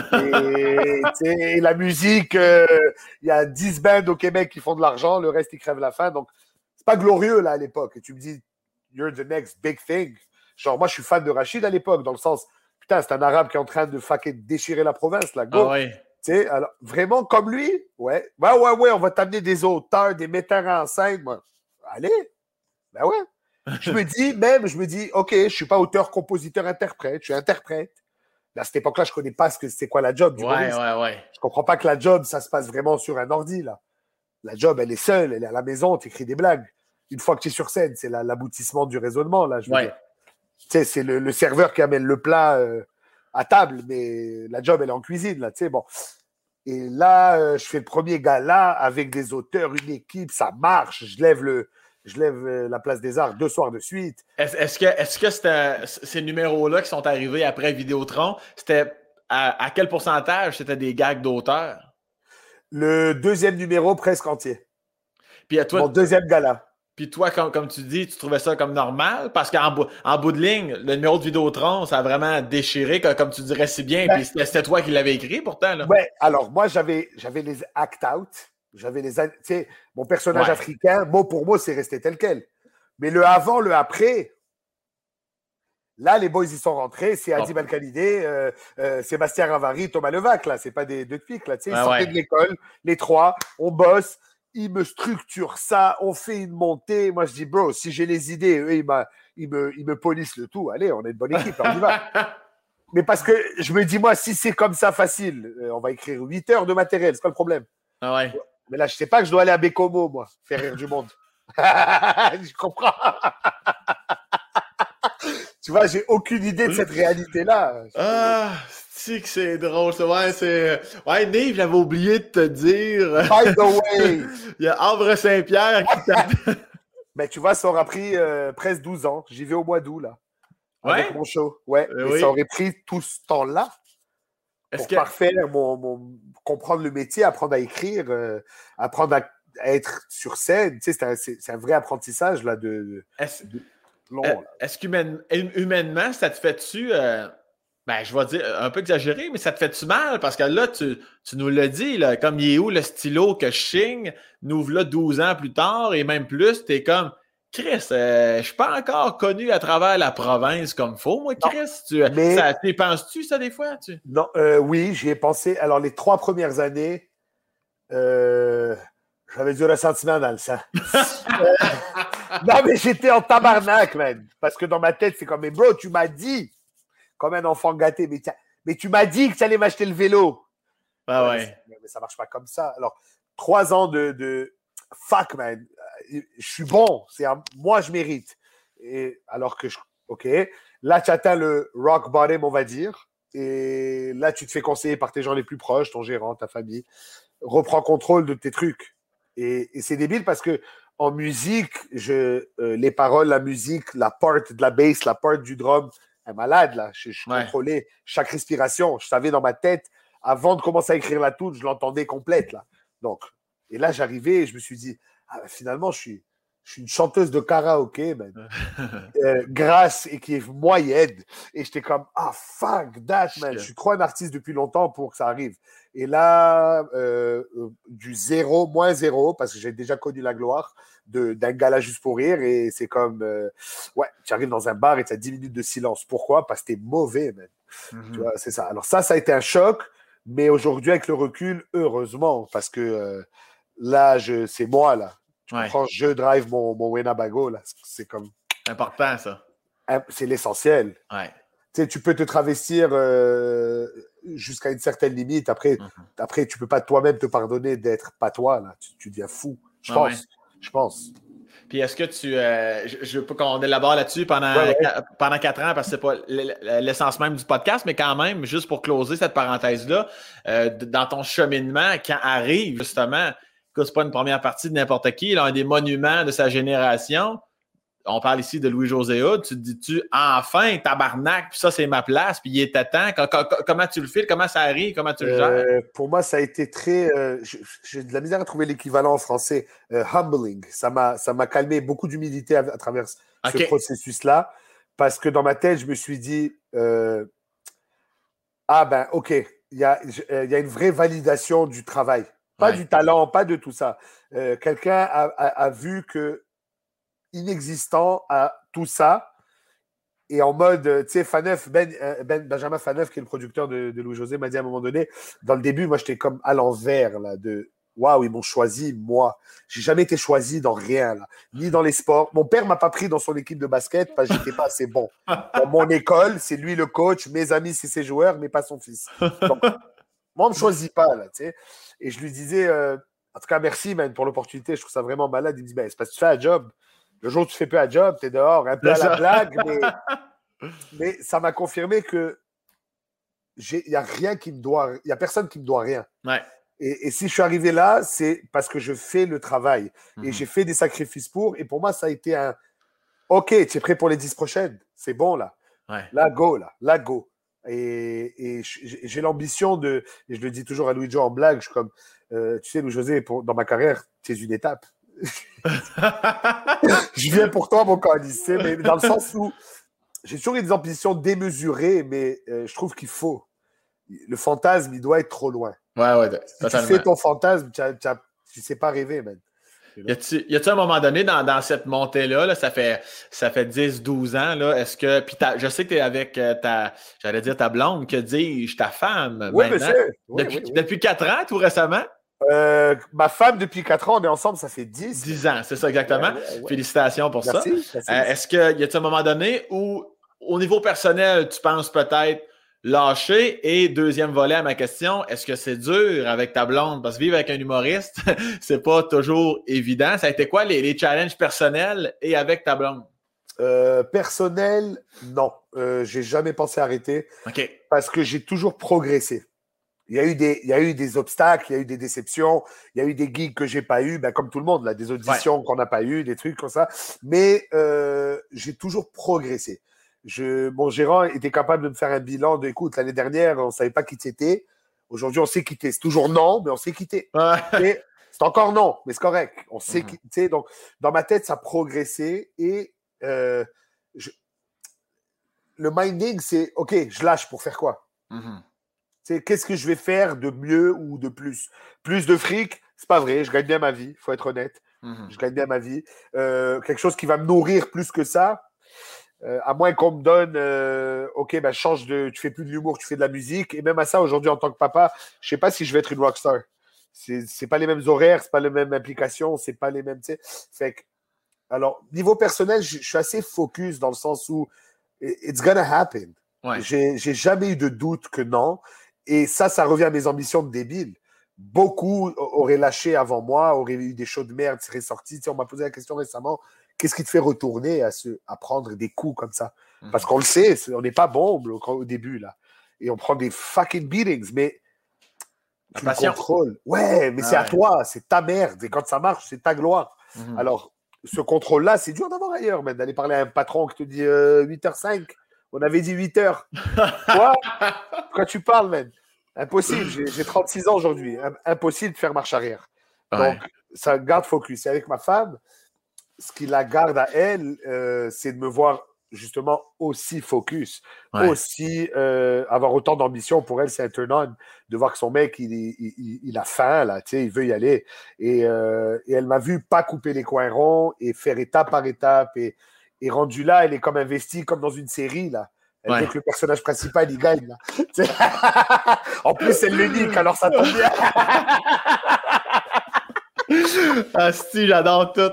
Et la musique, il y a 10 bands au Québec qui font de l'argent, le reste, ils crèvent la faim. Donc, c'est pas glorieux, là, à l'époque. Et tu me dis, you're the next big thing. Genre, moi, je suis fan de Rachid à l'époque, dans le sens, putain, c'est un arabe qui est en train de déchirer la province, là, go. Ah ouais. Tu sais, alors, vraiment comme lui, ouais, on va t'amener des auteurs, des metteurs en scène, moi. Allez, ben ouais. Je me dis, ok, je suis pas auteur, compositeur, interprète, je suis interprète. À cette époque-là, je connais pas c'est quoi la job du humoriste. Ouais. Je comprends pas que la job, ça se passe vraiment sur un ordi, là. La job, elle est seule, elle est à la maison, tu écris des blagues. Une fois que tu es sur scène, c'est l'aboutissement du raisonnement, là, je veux dire. Tu sais, c'est le serveur qui amène le plat à table, mais la job, elle est en cuisine, là, tu sais, bon. Et là, je fais le premier gala avec des auteurs, une équipe, ça marche, je lève la place des Arts 2 soirs de suite. Est-ce que ces numéros-là qui sont arrivés après Vidéotron, c'était à quel pourcentage c'était des gags d'auteurs? Le 2e numéro presque entier. Puis à toi, mon 2e gala. Puis toi, comme tu dis, tu trouvais ça comme normal? Parce qu'en bout de ligne, le numéro de Vidéotron, ça a vraiment déchiré, comme tu dirais si bien. Puis c'était toi qui l'avais écrit, pourtant. Là. Ouais, alors moi, j'avais les act-out. Tu sais, mon personnage africain, mot pour mot, c'est resté tel quel. Mais le avant, le après, là, les boys, ils sont rentrés. C'est Adib Al-Khalidé, Sébastien Ravary, Thomas Levac, là. C'est pas des deux de pique, là. Tu sais, ils sortaient de l'école, les 3, on bosse. Ils me structurent ça, on fait une montée. Moi, je dis, bro, si j'ai les idées, eux, ils me polissent le tout. Allez, on est une bonne équipe, on y va. Mais parce que je me dis, moi, si c'est comme ça facile, on va écrire 8 heures de matériel, c'est quoi le problème? Ah ouais. Mais là, je sais pas que je dois aller à Bécomo, moi, faire rire du monde. Je comprends. Tu vois, j'ai aucune idée de cette réalité-là. Ah, que c'est drôle, ça. Ouais, Nive, j'avais oublié de te dire. By the way. Il y a Ambre Saint-Pierre qui t'a... Mais tu vois, ça aura pris presque 12 ans. J'y vais au mois d'août, là. Avec mon show. Ouais. Et ça aurait pris tout ce temps-là pour parfaire comprendre le métier, apprendre à écrire, apprendre à être sur scène. Tu sais, c'est un vrai apprentissage, là, long. Est-ce qu'humainement, ça te fait-tu... je vais dire un peu exagéré, mais ça te fait-tu mal? Parce que là, tu nous l'as dit, là, comme il est où le stylo que je signe, nous là 12 ans plus tard et même plus, t'es comme Chris, je suis pas encore connu à travers la province comme faut, moi, Chris. T'y penses-tu, ça, des fois? Non, oui, j'y ai pensé. Alors, les 3 premières années, j'avais du ressentiment dans le sang. Non, mais j'étais en tabarnak, man. Parce que dans ma tête, c'est comme, mais bro, tu m'as dit, comme un enfant gâté, mais tu m'as dit que tu allais m'acheter le vélo. Ah Ouais, ouais. mais ça marche pas comme ça. Alors, 3 ans de fuck, man. Je suis bon. Moi, je mérite. Et alors que OK. Là, tu atteins le rock bottom, on va dire. Et là, tu te fais conseiller par tes gens les plus proches, ton gérant, ta famille. Reprends contrôle de tes trucs. Et c'est débile parce que en musique, les paroles, la musique, la part de la bass, la part du drum, est malade, là. Je contrôlais chaque respiration. Je savais dans ma tête, avant de commencer à écrire la tune, je l'entendais complète, là. Donc, et là, j'arrivais et je me suis dit, finalement, je suis une chanteuse de karaoké, man. Grasse et qui est moyenne. Et j'étais comme, fuck that, man. Je suis trop un artiste depuis longtemps pour que ça arrive. Et là, du zéro, moins zéro, parce que j'ai déjà connu la gloire d'un gala juste pour rire. Et c'est comme, ouais, tu arrives dans un bar et tu as 10 minutes de silence. Pourquoi? Parce que t'es mauvais, man. Tu vois, c'est ça. Alors ça a été un choc. Mais aujourd'hui, avec le recul, heureusement, parce que là, c'est moi, là. Tu comprends? Je drive mon Winnebago, là. C'est comme... important, ça. C'est l'essentiel. Ouais. Tu sais, tu peux te travestir jusqu'à une certaine limite. Après, tu peux pas toi-même te pardonner d'être pas toi, là. Tu deviens fou. Je pense. Ouais. Je pense. Puis est-ce que tu... je veux pas qu'on élabore là-dessus pendant 4 ans, parce que c'est pas l'essence même du podcast, mais quand même, juste pour closer cette parenthèse-là, dans ton cheminement, quand arrive justement, que c'est pas une première partie de n'importe qui, là, un des monuments de sa génération, on parle ici de Louis-José Hood, tu te dis-tu, enfin, tabarnak, puis ça, c'est ma place, puis il était temps. Comment tu le fais? Comment ça arrive? Comment tu le gères? Pour moi, ça a été très... j'ai de la misère à trouver l'équivalent en français. Humbling. Ça m'a calmé, beaucoup d'humilité à travers ce processus-là, parce que dans ma tête, je me suis dit, OK, il y a une vraie validation du travail. Pas du talent, pas de tout ça. Quelqu'un a vu que inexistant à tout ça et en mode, tu sais, Faneuf, Benjamin Faneuf, qui est le producteur de Louis-José, m'a dit à un moment donné, dans le début, moi, j'étais comme à l'envers, là, de waouh, ils m'ont choisi, moi. J'ai jamais été choisi dans rien, là, ni dans les sports. Mon père m'a pas pris dans son équipe de basket parce que j'étais pas assez bon. Dans mon école, c'est lui le coach, mes amis, c'est ses joueurs, mais pas son fils. Donc, moi, on me choisit pas, là, tu sais. Et je lui disais, en tout cas, merci, man, pour l'opportunité. Je trouve ça vraiment malade. Il me dit, c'est parce que tu fais un job. Le jour où tu fais plus un job, tu es dehors, un peu à la blague, mais ça m'a confirmé que il n'y a rien qui me doit, il n'y a personne qui me doit rien. Ouais. Et si je suis arrivé là, c'est parce que je fais le travail. Et j'ai fait des sacrifices pour. Et pour moi, ça a été un OK, tu es prêt pour les 10 prochaines. C'est bon, là. Ouais. Là, go, là. Là, go. Et j'ai l'ambition de, et je le dis toujours à Louis-Jo en blague, je suis comme, tu sais, Louis-José, dans ma carrière, c'est une étape. Je viens pour toi, mon candice, mais dans le sens où j'ai toujours eu des ambitions démesurées, mais je trouve qu'il faut. Le fantasme, il doit être trop loin. Ouais, si tu fais ton fantasme, tu ne sais pas rêver, man. Y a-tu un moment donné dans cette montée-là, là, ça fait 10-12 ans, là, est-ce que. Puis je sais que tu es avec ta blonde, que dis-je, ta femme. Oui, monsieur. Depuis 4 ans, tout récemment? Ma femme, depuis 4 ans, on est ensemble, ça fait 10. 10 ans, c'est ça exactement. Ouais. Félicitations pour ça. Merci. Est-ce qu'il y a un moment donné où, au niveau personnel, tu penses peut-être lâcher? Et deuxième volet à ma question, est-ce que c'est dur avec ta blonde? Parce que vivre avec un humoriste, c'est pas toujours évident. Ça a été quoi les challenges personnels et avec ta blonde? Personnel, non. J'ai jamais pensé arrêter. OK. Parce que j'ai toujours progressé. Il y a eu des obstacles, il y a eu des déceptions, il y a eu des gigs que j'ai pas eu, comme tout le monde, là, des auditions qu'on n'a pas eu, des trucs comme ça. Mais j'ai toujours progressé. Mon gérant était capable de me faire un bilan de, écoute, l'année dernière, on savait pas qui t'étais. Aujourd'hui, on sait qui t'es. C'est toujours non, mais on sait qui t'es. Ouais. C'est encore non, mais c'est correct. On sait qui t'es. Donc, dans ma tête, ça a progressé et le minding, c'est OK, je lâche pour faire quoi? Qu'est-ce que je vais faire de mieux ou de plus? Plus de fric, c'est pas vrai, je gagne bien ma vie, il faut être honnête. Je gagne bien ma vie. Quelque chose qui va me nourrir plus que ça, à moins qu'on me donne OK, change tu fais plus de l'humour, tu fais de la musique. Et même à ça, aujourd'hui, en tant que papa, je sais pas si je vais être une rockstar. C'est pas les mêmes horaires, c'est pas les mêmes implications, c'est pas les mêmes, tu sais. Fait que Alors, niveau personnel, je suis assez focus dans le sens où it's gonna happen. Ouais. J'ai jamais eu de doute que non. Et ça revient à mes ambitions de débile. Beaucoup auraient lâché avant moi, auraient eu des shows de merde, seraient sortis. Tu sais, on m'a posé la question récemment, qu'est-ce qui te fait retourner à prendre des coups comme ça? Parce qu'on le sait, on n'est pas bon au début, là. Et on prend des fucking beatings, mais tu le contrôles. Ouais, mais c'est à toi, c'est ta merde. Et quand ça marche, c'est ta gloire. Alors, ce contrôle-là, c'est dur d'avoir ailleurs, même d'aller parler à un patron qui te dit 8h05. On avait dit 8h. Quoi? Quand tu parles, man. Impossible. J'ai 36 ans aujourd'hui. Impossible de faire marche arrière. Donc, ça garde focus. Et avec ma femme, ce qui la garde à elle, c'est de me voir justement aussi focus, aussi avoir autant d'ambition. Pour elle, c'est un turn-on de voir que son mec, il a faim, là, tu sais, il veut y aller. Et elle m'a vu pas couper les coins ronds et faire étape par étape. Et rendu là, elle est comme investie, comme dans une série, là. Elle veut que le personnage principal, il gagne, là. En plus, elle le nique, alors ça tombe bien. Ah, si, j'adore tout.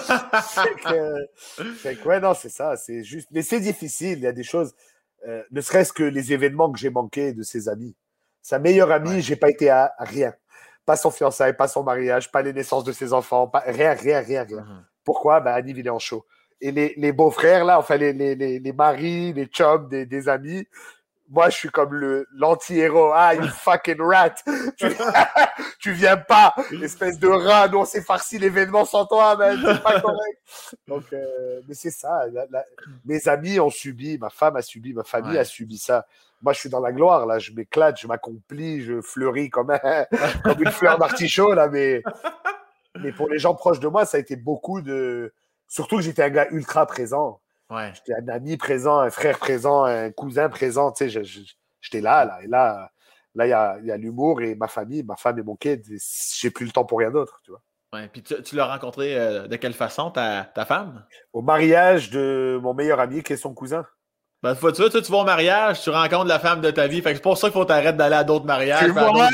Ouais, non, c'est ça, c'est juste. Mais c'est difficile, il y a des choses, ne serait-ce que les événements que j'ai manqués de ses amis. Sa meilleure amie, j'ai pas été à rien. Pas son fiançailles, pas son mariage, pas les naissances de ses enfants, rien. Pourquoi? Annie Villet en show. Et les beaux-frères, là, enfin, les maris, les chums des amis, moi, je suis comme l'anti-héros. Ah, you fucking rat. Tu viens pas, espèce de rat. Nous, on s'est farci l'événement sans toi, man. C'est pas correct. Donc, mais c'est ça. Mes amis ont subi, ma femme a subi, ma famille a subi ça. Moi, je suis dans la gloire, là. Je m'éclate, je m'accomplis, je fleuris comme une fleur d'artichaut, là. Mais pour les gens proches de moi, ça a été beaucoup de... Surtout que j'étais un gars ultra présent. J'étais un ami présent, un frère présent, un cousin présent. Tu sais, j'étais là. Et là, il y a l'humour et ma famille, ma femme et mon kid. J'ai plus le temps pour rien d'autre, tu vois. Ouais, puis tu l'as rencontré de quelle façon, ta femme? Au mariage de mon meilleur ami, qui est son cousin. Ben, tu vas au mariage, tu rencontres la femme de ta vie. Fait que c'est pour ça qu'il faut t'arrêter d'aller à d'autres mariages.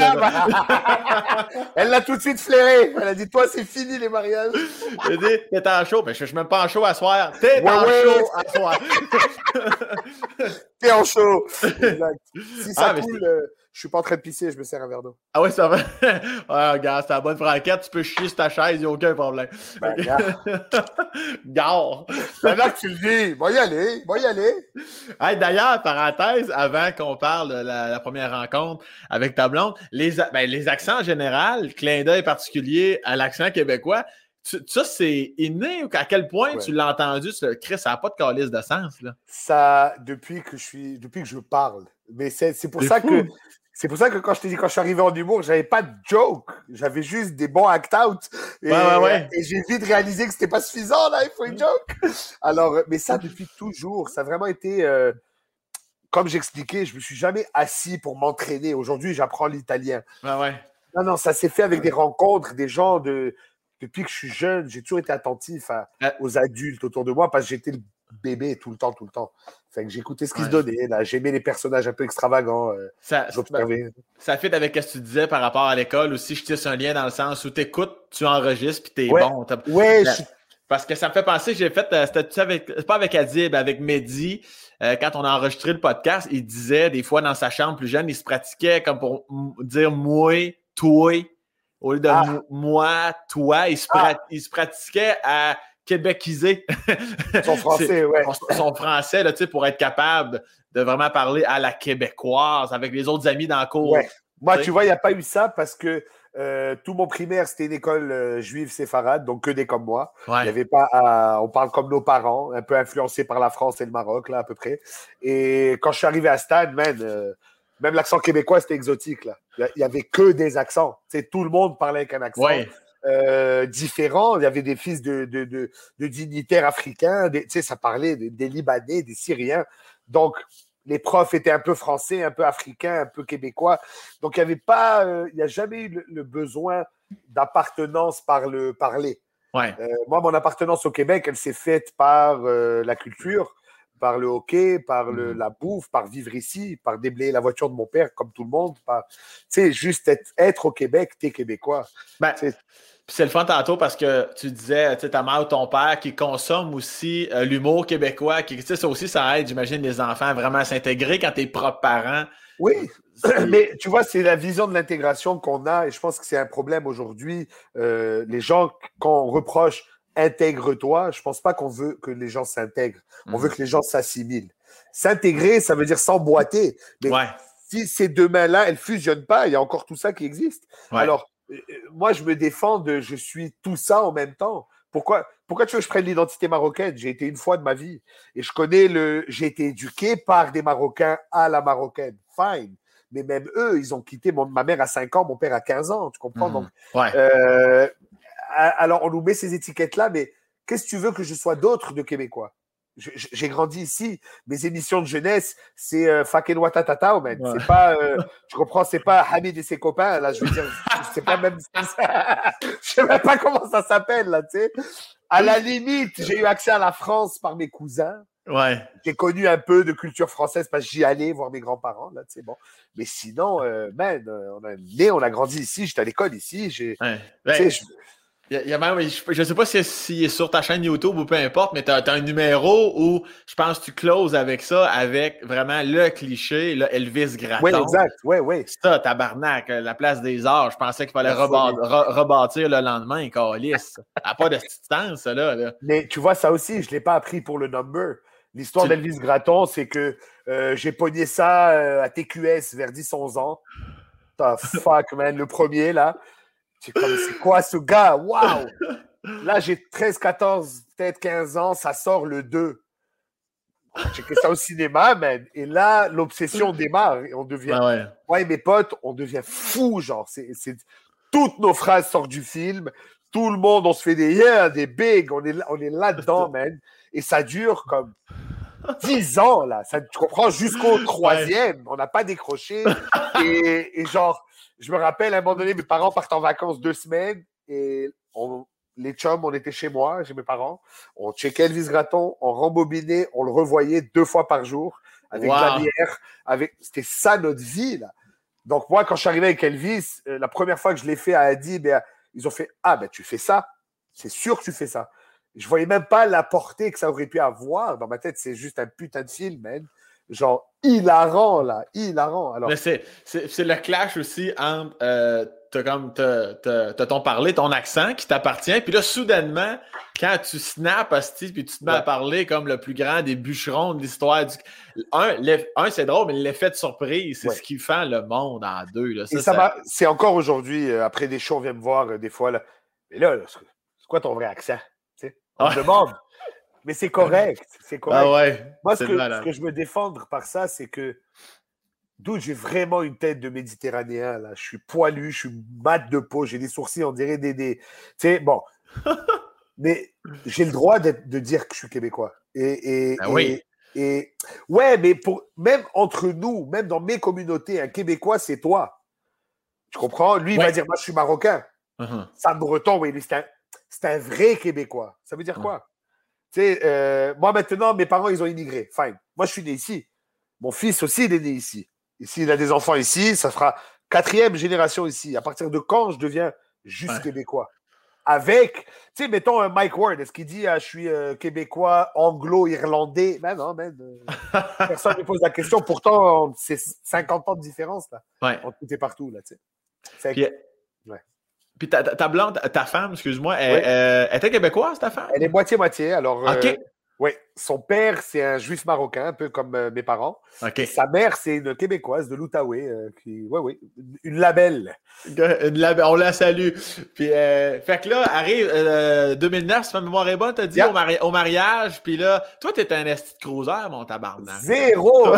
Elle l'a tout de suite flairé. Elle a dit, toi, c'est fini les mariages. Elle a dit, t'es en show. Ben, je suis même pas en show à soir. T'es en show à soir. T'es en show. Exact. Si ça coule, je suis pas en train de pisser, je me sers un verre d'eau. Ah ouais, ça va. Regarde, c'est la bonne franquette. Tu peux chier sur ta chaise, il n'y a aucun problème. Gare. Maintenant que tu le dis, va y aller. Hey, d'ailleurs, parenthèse, avant qu'on parle de la première rencontre avec ta blonde, les accents en général, clin d'œil particulier à l'accent québécois, ça, c'est inné ou à quel point tu l'as entendu? Chris, ça n'a pas de calice de sens, là. Ça, depuis que je parle. Mais c'est pour ça que... C'est pour ça que quand je t'ai dit, quand je suis arrivé en humour, j'avais pas de joke. J'avais juste des bons act-out. Et j'ai vite réalisé que c'était pas suffisant, là. Il faut une joke. Alors, mais ça, depuis toujours, ça a vraiment été, comme j'expliquais, je me suis jamais assis pour m'entraîner. Aujourd'hui, j'apprends l'italien. Non, ça s'est fait avec des rencontres, des gens depuis que je suis jeune, j'ai toujours été attentif aux adultes autour de moi parce que j'étais le bébé tout le temps. Fait que j'écoutais ce qui se donnait. Là. J'aimais les personnages un peu extravagants. J'observais. Ça fit avec ce que tu disais par rapport à l'école aussi. Je tisse un lien dans le sens où tu écoutes, tu enregistres, puis tu es bon. Parce que ça me fait penser que j'ai fait, c'est pas avec Adib, avec Mehdi, quand on a enregistré le podcast, il disait des fois dans sa chambre plus jeune, il se pratiquait comme pour dire moi, toi, au lieu de moi, toi. Il se pratiquait à québéciser son français, son français là, pour être capable de vraiment parler à la québécoise avec les autres amis dans le cours. Moi, tu vois, il n'y a pas eu ça parce que tout mon primaire, c'était une école juive séfarade, donc que des comme moi. Il y avait pas on parle comme nos parents, un peu influencés par la France et le Maroc, là, à peu près. Et quand je suis arrivé à Stade, même l'accent québécois, c'était exotique, là. Il y avait que des accents. Tout le monde parlait avec un accent. Différents. Il y avait des fils de dignitaires africains, ça parlait des Libanais, des Syriens. Donc, les profs étaient un peu français, un peu africains, un peu québécois. Donc, il n'y a jamais eu le besoin d'appartenance par le parler. Moi, mon appartenance au Québec, elle s'est faite par la culture. par le hockey, par la bouffe, par vivre ici, par déblayer la voiture de mon père comme tout le monde. Juste être au Québec, t'es québécois. Ben, c'est le fun tantôt parce que tu disais, ta mère ou ton père qui consomme aussi l'humour québécois, ça aussi, ça aide, j'imagine, les enfants à vraiment s'intégrer quand tes propres parents. Oui, mais tu vois, c'est la vision de l'intégration qu'on a et je pense que c'est un problème aujourd'hui. Les gens, quand on reproche intègre-toi, je pense pas qu'on veut que les gens s'intègrent. On veut que les gens s'assimilent. S'intégrer, ça veut dire s'emboîter. Mais si ces deux mains-là, elles fusionnent pas, il y a encore tout ça qui existe. Ouais. Alors, moi, je me défends de je suis tout ça en même temps. Pourquoi tu veux que je prenne l'identité marocaine? J'ai été une fois de ma vie et j'ai été éduqué par des Marocains à la marocaine. Fine. Mais même eux, ils ont quitté ma mère à 5 ans, mon père à 15 ans. Tu comprends? Donc, alors, on nous met ces étiquettes-là, mais qu'est-ce que tu veux que je sois d'autre de Québécois? J'ai grandi ici. Mes émissions de jeunesse, c'est fucking Watatatao, man. C'est pas, tu comprends, c'est pas Hamid et ses copains. Là, je veux dire, je sais pas même, je sais même pas comment ça s'appelle, là, tu sais. À la limite, j'ai eu accès à la France par mes cousins. Ouais. J'ai connu un peu de culture française parce que j'y allais voir mes grands-parents, là, tu sais, bon. Mais sinon, on a grandi ici, j'étais à l'école ici, il y a même, je ne sais pas s'il est sur ta chaîne YouTube ou peu importe, mais tu as un numéro où je pense que tu closes avec ça, avec vraiment le cliché, là, Elvis Gratton. Oui, exact. Oui. Ça, tabarnak, la place des arts. Je pensais qu'il fallait rebâtir le lendemain, câlisse. Ça n'a pas de distance, ça, là. Mais tu vois, ça aussi, je ne l'ai pas appris pour le number. L'histoire d'Elvis Gratton, c'est que j'ai pogné ça à TQS vers 10-11 ans. Fuck, man, le premier, là. C'est quoi ce gars? Waouh! Là, j'ai 13, 14, peut-être 15 ans, ça sort le 2. J'ai fait ça au cinéma, man. Et là, l'obsession démarre. Et on devient. Ouais, mes potes, on devient fous, genre. Toutes nos phrases sortent du film. Tout le monde, on se fait des bigs. On est là-dedans, man. Et ça dure comme 10 ans, là. Ça, tu comprends? Jusqu'au 3e. On n'a pas décroché. Et genre. Je me rappelle, à un moment donné, mes parents partent en vacances 2 semaines et les chums, on était chez moi, chez mes parents. On checkait Elvis Gratton, on rembobinait, on le revoyait 2 fois par jour avec de la bière. C'était ça notre vie, là. Donc, moi, quand je suis arrivé avec Elvis, la première fois que je l'ai fait à Adi, ils ont fait « Ah, tu fais ça. C'est sûr que tu fais ça. » Je voyais même pas la portée que ça aurait pu avoir. Dans ma tête, c'est juste un putain de film, man. Genre, hilarant, là. Hilarant. Alors, mais c'est le clash aussi entre t'as ton parler, ton accent qui t'appartient, puis là, soudainement, quand tu snaps, puis tu te mets à parler comme le plus grand des bûcherons de l'histoire du... Un, c'est drôle, mais l'effet de surprise, c'est ce qui fait le monde en deux. Là. C'est encore aujourd'hui, après des shows, on vient me voir des fois, là. Mais là, c'est quoi ton vrai accent? T'sais? On me demande. Mais c'est correct. C'est correct. Ah ouais, moi, ce que je veux défendre par ça, c'est que d'où j'ai vraiment une tête de Méditerranéen. Là. Je suis poilu, je suis mat de peau, j'ai des sourcils, on dirait des... Tu sais, bon. Mais j'ai le droit de dire que je suis québécois. Oui. Ouais, mais même entre nous, même dans mes communautés, un Québécois, c'est toi. Tu comprends? Lui, il va dire, moi, je suis marocain. Sam Breton, oui, c'est un vrai Québécois. Ça veut dire quoi? Tu sais, moi maintenant, mes parents, ils ont immigré. Fine. Moi, je suis né ici. Mon fils aussi, il est né ici. Et s'il a des enfants ici, ça sera 4e génération ici. À partir de quand je deviens juste québécois? Avec, tu sais, mettons un Mike Ward. Est-ce qu'il dit je suis québécois, anglo-irlandais? Ben non, personne ne me pose la question. Pourtant, c'est 50 ans de différence là. On tout est partout là, tu sais. Puis ta blonde, ta femme, excuse-moi, elle était québécoise, ta femme? Elle est moitié-moitié. Alors, oui, son père, c'est un juif marocain, un peu comme mes parents. Et sa mère, c'est une québécoise de l'Outaouais, une label. On la salue. Puis, fait que là, arrive 2009, si ma mémoire est bonne, t'as dit au mariage, puis là, toi, t'es un esti de cruiser, mon tabarnak. Zéro!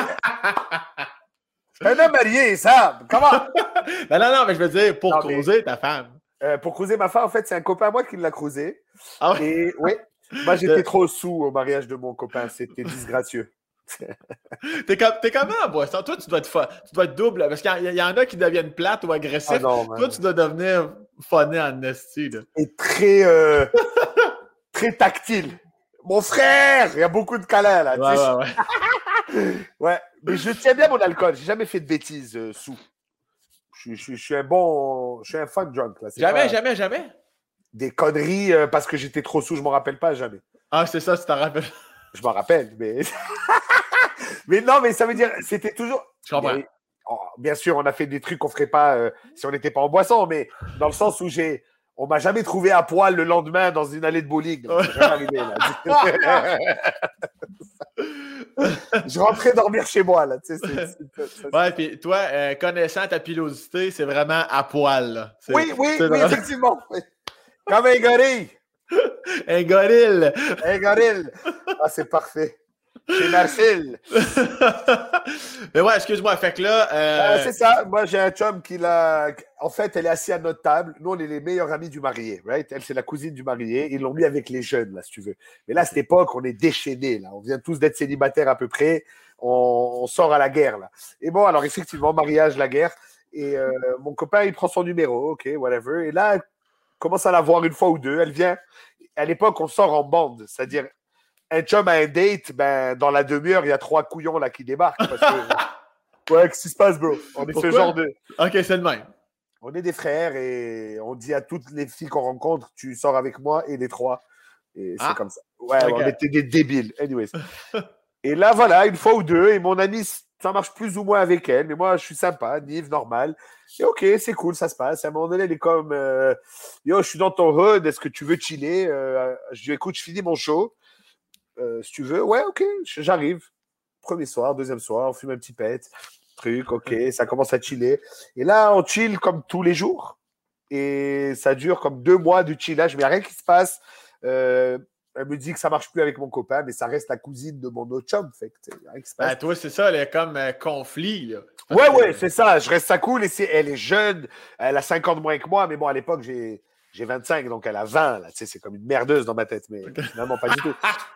Un homme marié, ça! Comment? non, mais je veux dire, pour cruiser ta femme. Pour cruiser ma femme, en fait, c'est un copain à moi qui l'a cruisé. Ah ouais? Et oui, moi, j'étais trop sous au mariage de mon copain. C'était disgracieux. T'es comment, Boisson? Toi, tu dois être double, parce qu'il y en a qui deviennent plates ou agressifs. Ah non, toi, tu dois devenir funny en esti. Et très, très tactile. Mon frère! Il y a beaucoup de câlins, là. Ouais. Ouais, mais je tiens bien mon alcool. J'ai jamais fait de bêtises sous. Je suis un fun drunk, là. C'est Jamais, pas jamais, jamais. des conneries parce que j'étais trop sous, je m'en rappelle pas, jamais. Ah, c'est ça, tu t'en rappelles. Je m'en rappelle, mais... mais non, mais ça veut dire, c'était toujours... Je comprends. Bien sûr, on a fait des trucs qu'on ferait pas si on n'était pas en boisson, mais dans le sens où on m'a jamais trouvé à poil le lendemain dans une allée de bowling. C'est jamais arrivé, là. Je rentrais dormir chez moi, là. Tu sais, ouais, puis toi, connaissant ta pilosité, c'est vraiment à poil, là. Oui, effectivement. Comme un gorille. Un gorille. Un gorille. Ah, c'est parfait. Chez Marcel. Mais ouais, excuse-moi. Fait que là. C'est ça. Moi, j'ai un chum qui l'a. En fait, elle est assise à notre table. Nous, on est les meilleurs amis du marié, right? Elle, c'est la cousine du marié. Ils l'ont mis avec les jeunes, là, si tu veux. Mais là, à cette époque, on est déchaînés, là. On vient tous d'être célibataires à peu près. On sort à la guerre, là. Et bon, alors, effectivement, mariage, la guerre. Et mon copain, il prend son numéro, OK, whatever. Et là, elle commence à la voir une fois ou deux. Elle vient. À l'époque, on sort en bande. C'est-à-dire, un chum à un date, ben, dans la demi-heure, il y a 3 couillons là qui débarquent. Parce que... ouais, qu'est-ce qui se passe, bro? On est Pourquoi? ce genre de. Ok, c'est le même. On est des frères et on dit à toutes les filles qu'on rencontre, tu sors avec moi et les 3. Et c'est comme ça. Ouais, okay. On était des débiles. Anyways. Et là, voilà, une fois ou deux, et mon ami, ça marche plus ou moins avec elle, mais moi, je suis sympa, Nive, normal. Et ok, c'est cool, ça se passe. À un moment donné, elle est comme yo, je suis dans ton hood, est-ce que tu veux chiller? Je dis écoute, je finis mon show. Si tu veux, ouais, ok, j'arrive. Premier soir, deuxième soir, on fume un petit pet, truc, ok, ça commence à chiller. Et là, on chill comme tous les jours. Et ça dure comme 2 mois de chillage, mais il n'y a rien qui se passe. Elle me dit que ça marche plus avec mon copain, mais ça reste la cousine de mon autre chum. Fait que, y a rien qui se passe. Ah, toi, c'est ça, elle est comme conflit. Là. Ouais, c'est ça. Je reste ça cool. Elle est jeune. Elle a 5 ans de moins que moi, mais bon, à l'époque, j'ai 25, donc elle a 20. Là, c'est comme une merdeuse dans ma tête, mais finalement, pas du tout.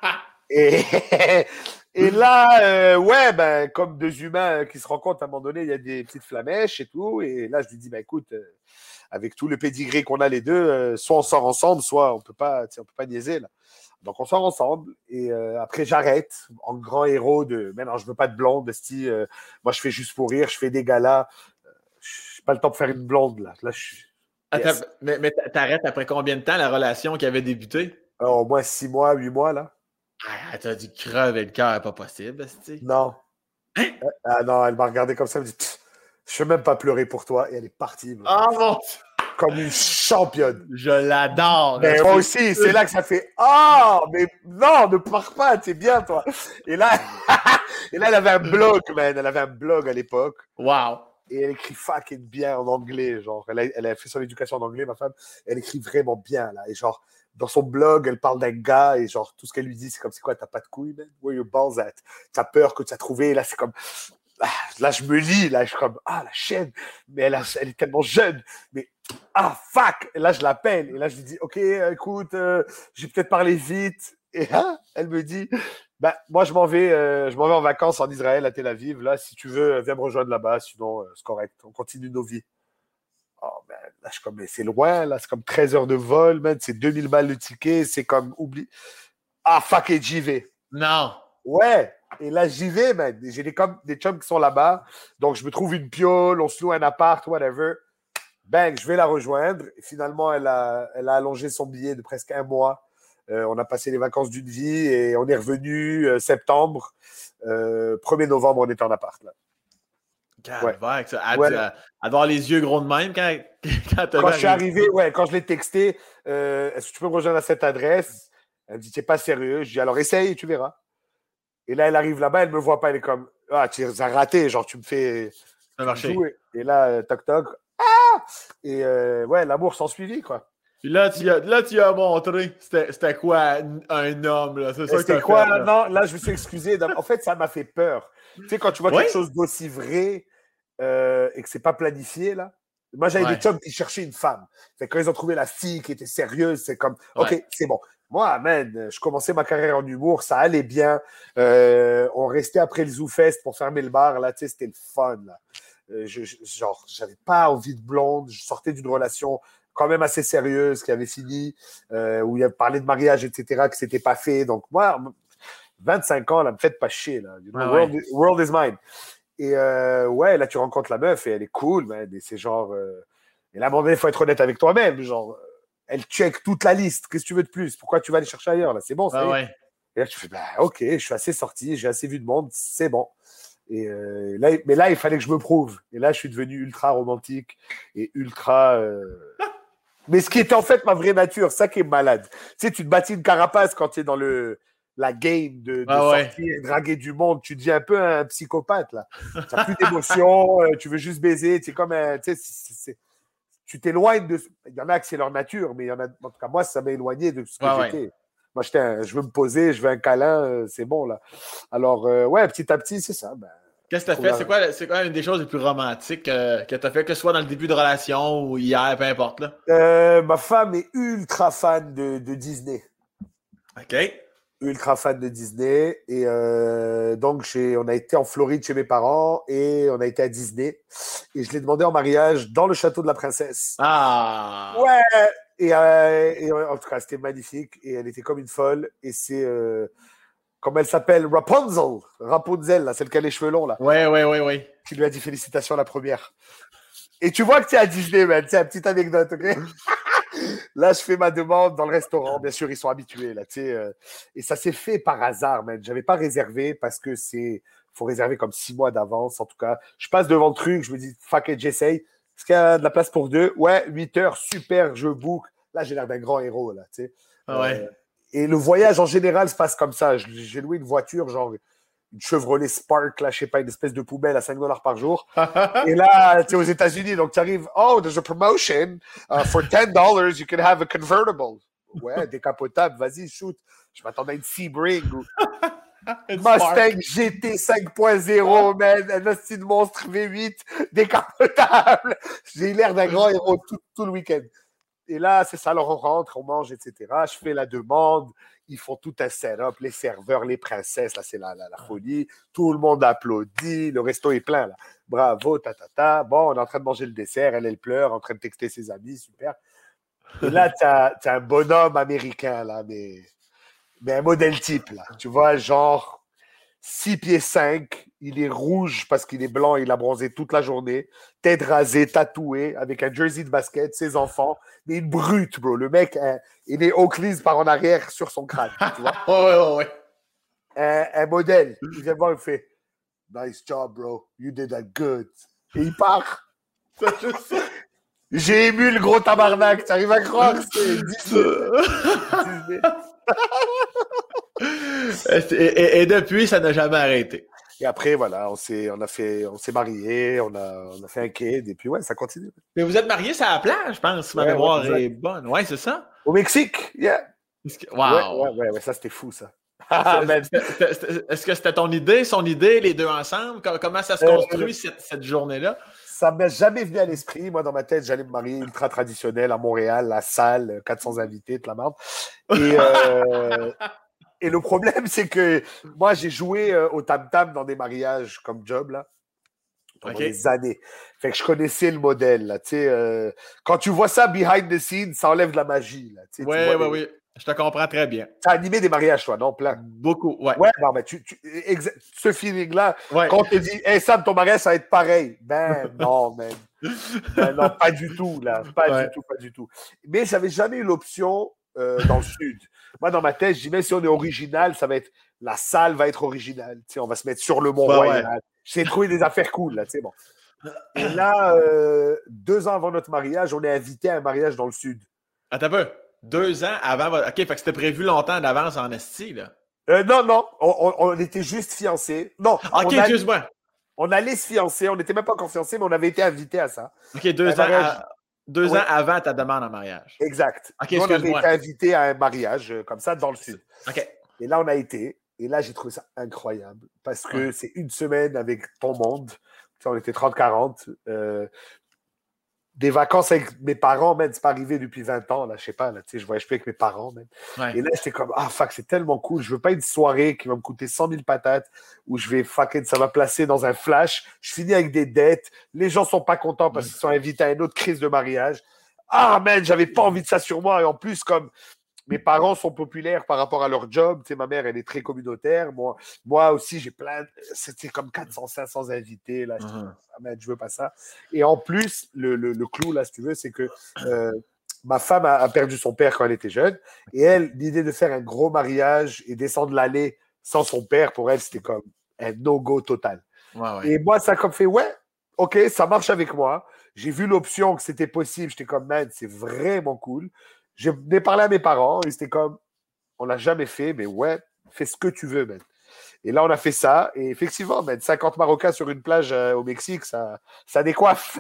Et là, ouais, ben, comme 2 humains qui se rencontrent, à un moment donné, il y a des petites flamèches et tout. Et là, je lui dis, ben, écoute, avec tout le pédigré qu'on a les deux, soit on sort ensemble, soit on peut pas niaiser, là. Donc, on sort ensemble. Et après, j'arrête en grand héros de, mais non, je veux pas de blonde, style, moi, je fais juste pour rire, je fais des galas. Je n'ai pas le temps de faire une blonde, là. Là, je suis... Yes. Mais t'arrêtes après combien de temps la relation qui avait débuté? Au moins 6 mois, 8 mois, là. Ah, t'as dû crever le cœur, pas possible, c'est-tu? Non. Hein? Ah non, elle m'a regardé comme ça, elle me dit, je ne veux même pas pleurer pour toi. Et elle est partie. Ah bon! Comme une championne. Je l'adore. Mais moi aussi, c'est là que ça fait ah, mais non, ne pars pas, t'es bien toi. Et là, elle avait un blog, man. Elle avait un blog à l'époque. Wow. Et elle écrit fucking bien en anglais, genre. Elle a fait son éducation en anglais, ma femme. Elle écrit vraiment bien là. Et genre, dans son blog, elle parle d'un gars et genre tout ce qu'elle lui dit, c'est comme c'est quoi, t'as pas de couilles, man. Where your balls at? T'as peur que tu as trouvé. Et là, c'est comme là, je me lis, là, je suis comme la chaîne. Mais elle est tellement jeune. Mais fuck! Et là, je l'appelle. Et là, je lui dis, OK, écoute, j'ai peut-être parlé vite. Et là, elle me dit, moi, je m'en vais en vacances en Israël, à Tel Aviv. Là, si tu veux, viens me rejoindre là-bas. Sinon, c'est correct. On continue nos vies. Oh, man. Là, je suis comme, mais c'est loin, là. C'est comme 13 heures de vol, man. C'est 2000 balles le ticket. C'est comme, oublie. Fuck it, j'y vais. Non. Ouais. Et là, j'y vais, man. J'ai des chums qui sont là-bas. Donc, je me trouve une piole, on se loue un appart, whatever. Bang, je vais la rejoindre. Et finalement, elle a allongé son billet de presque 1 mois. On a passé les vacances d'une vie et on est revenu septembre. 1er novembre, on était en appart, là. Ouais. Avoir les yeux gros de même quand je suis arrivé, quand je l'ai texté, est-ce que tu peux me rejoindre à cette adresse? Elle me dit, t'es pas sérieux. Je dis, alors essaye et tu verras. Et là, elle arrive là-bas, elle me voit pas, elle est comme, tu as raté, genre, tu me fais jouer. Et là, toc toc, et l'amour s'en suivit, quoi. Puis là, tu as montré, c'était quoi un homme, là? C'est ça c'était quoi? Fait, là. Non, là, je me suis excusé. En fait, ça m'a fait peur. Tu sais, quand tu vois quelque chose d'aussi vrai et que c'est pas planifié, là. Moi, j'avais des chums qui cherchaient une femme. Fait que quand ils ont trouvé la fille qui était sérieuse, c'est comme, OK, c'est bon. Moi, man, je commençais ma carrière en humour, ça allait bien. On restait après le ZooFest pour fermer le bar, là, tu sais, c'était le fun, là. Genre, j'avais pas envie de blonde, je sortais d'une relation quand même assez sérieuse, qui avait fini, où il avait parlé de mariage, etc., que c'était pas fait. Donc, moi, 25 ans, là, me faites pas chier, là. You know, world is mine. Et ouais, là, tu rencontres la meuf et elle est cool, man. Et c'est genre. Et là, à un moment donné, il faut être honnête avec toi-même. Genre, elle check toute la liste. Qu'est-ce que tu veux de plus? Pourquoi tu vas aller chercher ailleurs, là? C'est bon, ça y est. Et là, tu fais, bah, ok, je suis assez sorti, j'ai assez vu de monde, c'est bon. Et mais là, il fallait que je me prouve. Et là, je suis devenu ultra romantique et ultra. Mais ce qui était en fait ma vraie nature, ça qui est malade. Tu sais, tu te bâtis une carapace quand tu es dans la game de sortir, draguer du monde. Tu deviens un peu un psychopathe, là. Tu n'as plus d'émotion, tu veux juste baiser. Tu es comme un. Tu t'éloignes de. Il y en a que c'est leur nature, mais il y en a. En tout cas, moi, ça m'a éloigné de ce que j'étais. Moi, je veux me poser, je veux un câlin, c'est bon, là. Alors, ouais, petit à petit, c'est ça. Ben, qu'est-ce que tu as fait? C'est quoi une des choses les plus romantiques que tu as fait, que ce soit dans le début de relation ou hier, peu importe, là? Ma femme est ultra fan de Disney. OK. Ultra fan de Disney. Et donc, on a été en Floride chez mes parents et on a été à Disney. Et je l'ai demandé en mariage dans le château de la princesse. Ah! Ouais! Et en tout cas, c'était magnifique. Et elle était comme une folle. Et c'est... Comment elle s'appelle? Rapunzel, là, celle qui a les cheveux longs, là. Ouais. Qui lui a dit félicitations la première. Et tu vois que tu es à Disney, man. C'est une petite anecdote, ok? Là, je fais ma demande dans le restaurant. Bien sûr, ils sont habitués, là, tu sais. Et ça s'est fait par hasard, man. J'avais pas réservé parce que faut réserver comme 6 mois d'avance, en tout cas. Je passe devant le truc, je me dis, fuck it, j'essaye. Est-ce qu'il y a de la place pour 2? Ouais, 8 heures, super, je book. Là, j'ai l'air d'un grand héros, là, tu sais. Ouais. Et le voyage, en général, se passe comme ça. J'ai loué une voiture, genre une Chevrolet Spark, là, je sais pas, une espèce de poubelle à $5 par jour. Et là, tu es aux États-Unis, donc tu arrives, oh, there's a promotion. For $10, you can have a convertible. Ouais, décapotable, vas-y, shoot. Je m'attendais à une Sebring. Mustang GT 5.0, man. Un hostie de monstre V8, décapotable. J'ai l'air d'un grand héros tout le week-end. Et là, c'est ça, alors on rentre, on mange, etc. Je fais la demande, ils font tout un setup, les serveurs, les princesses, là, c'est la folie. Tout le monde applaudit, le resto est plein, là. Bravo, Bon, on est en train de manger le dessert, elle pleure, en train de texter ses amis, super. Et là, t'as un bonhomme américain, là, mais un modèle type, là. Tu vois, genre 6 pieds 5, il est rouge parce qu'il est blanc, il a bronzé toute la journée, tête rasée, tatoué, avec un jersey de basket, ses enfants, mais une brute, bro. Le mec, il est Oakleys par en arrière sur son crâne, tu vois. Ouais. Un modèle, il vient voir, il fait « Nice job, bro. You did that good. » Et il part. J'ai ému le gros tabarnak. Tu arrives à croire que c'est Disney. Et depuis, ça n'a jamais arrêté. Et après, voilà, on s'est mariés, on a fait un kid, et puis ouais, ça continue. Mais vous êtes mariés sur la plage, je pense, si ma mémoire est bonne. Ouais, c'est ça? Au Mexique, yeah. Wow! Ouais, ça c'était fou, ça. Est-ce que c'était ton idée, son idée, les deux ensemble? Comment ça se construit cette journée-là? Ça ne m'est jamais venu à l'esprit. Moi, dans ma tête, j'allais me marier ultra traditionnel à Montréal, la salle, 400 invités, de la merde. Et le problème, c'est que moi, j'ai joué au tam-tam dans des mariages comme job, là, pendant des années. Fait que je connaissais le modèle, là. Tu sais, quand tu vois ça behind the scenes, ça enlève de la magie, là. Oui. Je te comprends très bien. Tu as animé des mariages, toi, non? Plein. Beaucoup, ouais. Ouais, non, mais ce feeling-là, quand on te dit, hey Sam, ton mariage, ça va être pareil. Ben non, man. Ben non, pas du tout, là. Pas du tout. Mais j'avais jamais eu l'option dans le Sud. Moi, dans ma tête, je dis, même si on est original, la salle va être originale. Tu sais, on va se mettre sur le Mont-Royal. Ouais. J'ai trouvé des affaires cool, là. Tu sais, bon. Et là, 2 ans avant notre mariage, on est invité à un mariage dans le Sud. Attends un peu. 2 ans avant. OK, fait que c'était prévu longtemps d'avance en esti, là. Non. On était juste fiancés. Non. OK, excuse-moi. On allait se fiancer. On n'était même pas encore fiancés, mais on avait été invités à ça. OK, 2 ans avant ta demande en mariage. Exact. OK, on avait été invités à un mariage comme ça dans le Sud. OK. Et là, on a été. Et là, j'ai trouvé ça incroyable parce que c'est une semaine avec ton monde. Tu sais, on était 30-40. Des vacances avec mes parents, même, c'est pas arrivé depuis 20 ans, là, je sais pas, là, tu sais, je voyage plus avec mes parents, même. Ouais. Et là, j'étais comme, fuck, c'est tellement cool, je veux pas une soirée qui va me coûter 100 000 patates, où ça va placer dans un flash, je finis avec des dettes, les gens sont pas contents parce qu'ils sont invités à une autre crise de mariage. Ah, man, j'avais pas envie de ça sur moi. Et en plus, comme mes parents sont populaires par rapport à leur job, tu sais, ma mère, elle est très communautaire. Moi aussi, j'ai plein. C'était comme 400, 500 invités. Là, j'étais comme, ah, man, je veux pas ça. Et en plus, le clou, là, si tu veux, c'est que ma femme a perdu son père quand elle était jeune. Et elle, l'idée de faire un gros mariage et descendre l'allée sans son père, pour elle, c'était comme un no-go total. Ouais. Et moi, ça a comme fait, ouais, ok, ça marche avec moi. J'ai vu l'option que c'était possible. J'étais comme, man, c'est vraiment cool. J'ai parlé à mes parents et c'était comme, on l'a jamais fait, mais ouais, fais ce que tu veux, man. Et là, on a fait ça. Et effectivement, man, 50 Marocains sur une plage au Mexique, ça décoiffe.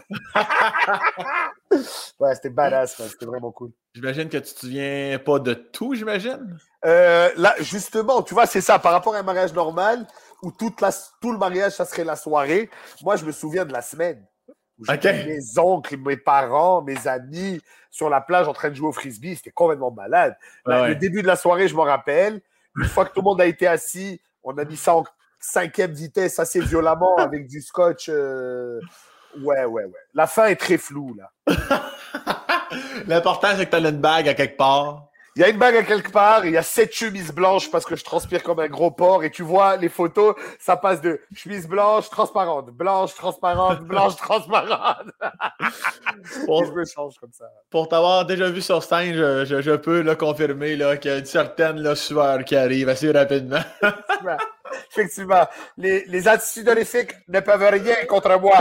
Ouais, c'était badass, man. C'était vraiment cool. J'imagine que tu te souviens pas de tout, j'imagine? Là, justement, tu vois, c'est ça. Par rapport à un mariage normal, où tout le mariage, ça serait la soirée, moi, je me souviens de la semaine. Où j'étais avec mes oncles, mes parents, mes amis sur la plage en train de jouer au frisbee. C'était complètement malade. Le début de la soirée, je m'en rappelle. Une fois que tout le monde a été assis, on a mis ça en 5e vitesse assez violemment avec du scotch. Ouais. La fin est très floue, là. L'important, c'est que tu as une bague à quelque part. Il y a une bague à quelque part, il y a 7 chemises blanches parce que je transpire comme un gros porc et tu vois les photos, ça passe de chemise blanche, transparente, blanche, transparente, blanche, transparente. Et je me change comme ça. Pour t'avoir déjà vu sur scène, je peux le confirmer là, qu'il y a une certaine sueur qui arrive assez rapidement. Effectivement. Les attitudes honorifiques ne peuvent rien contre moi.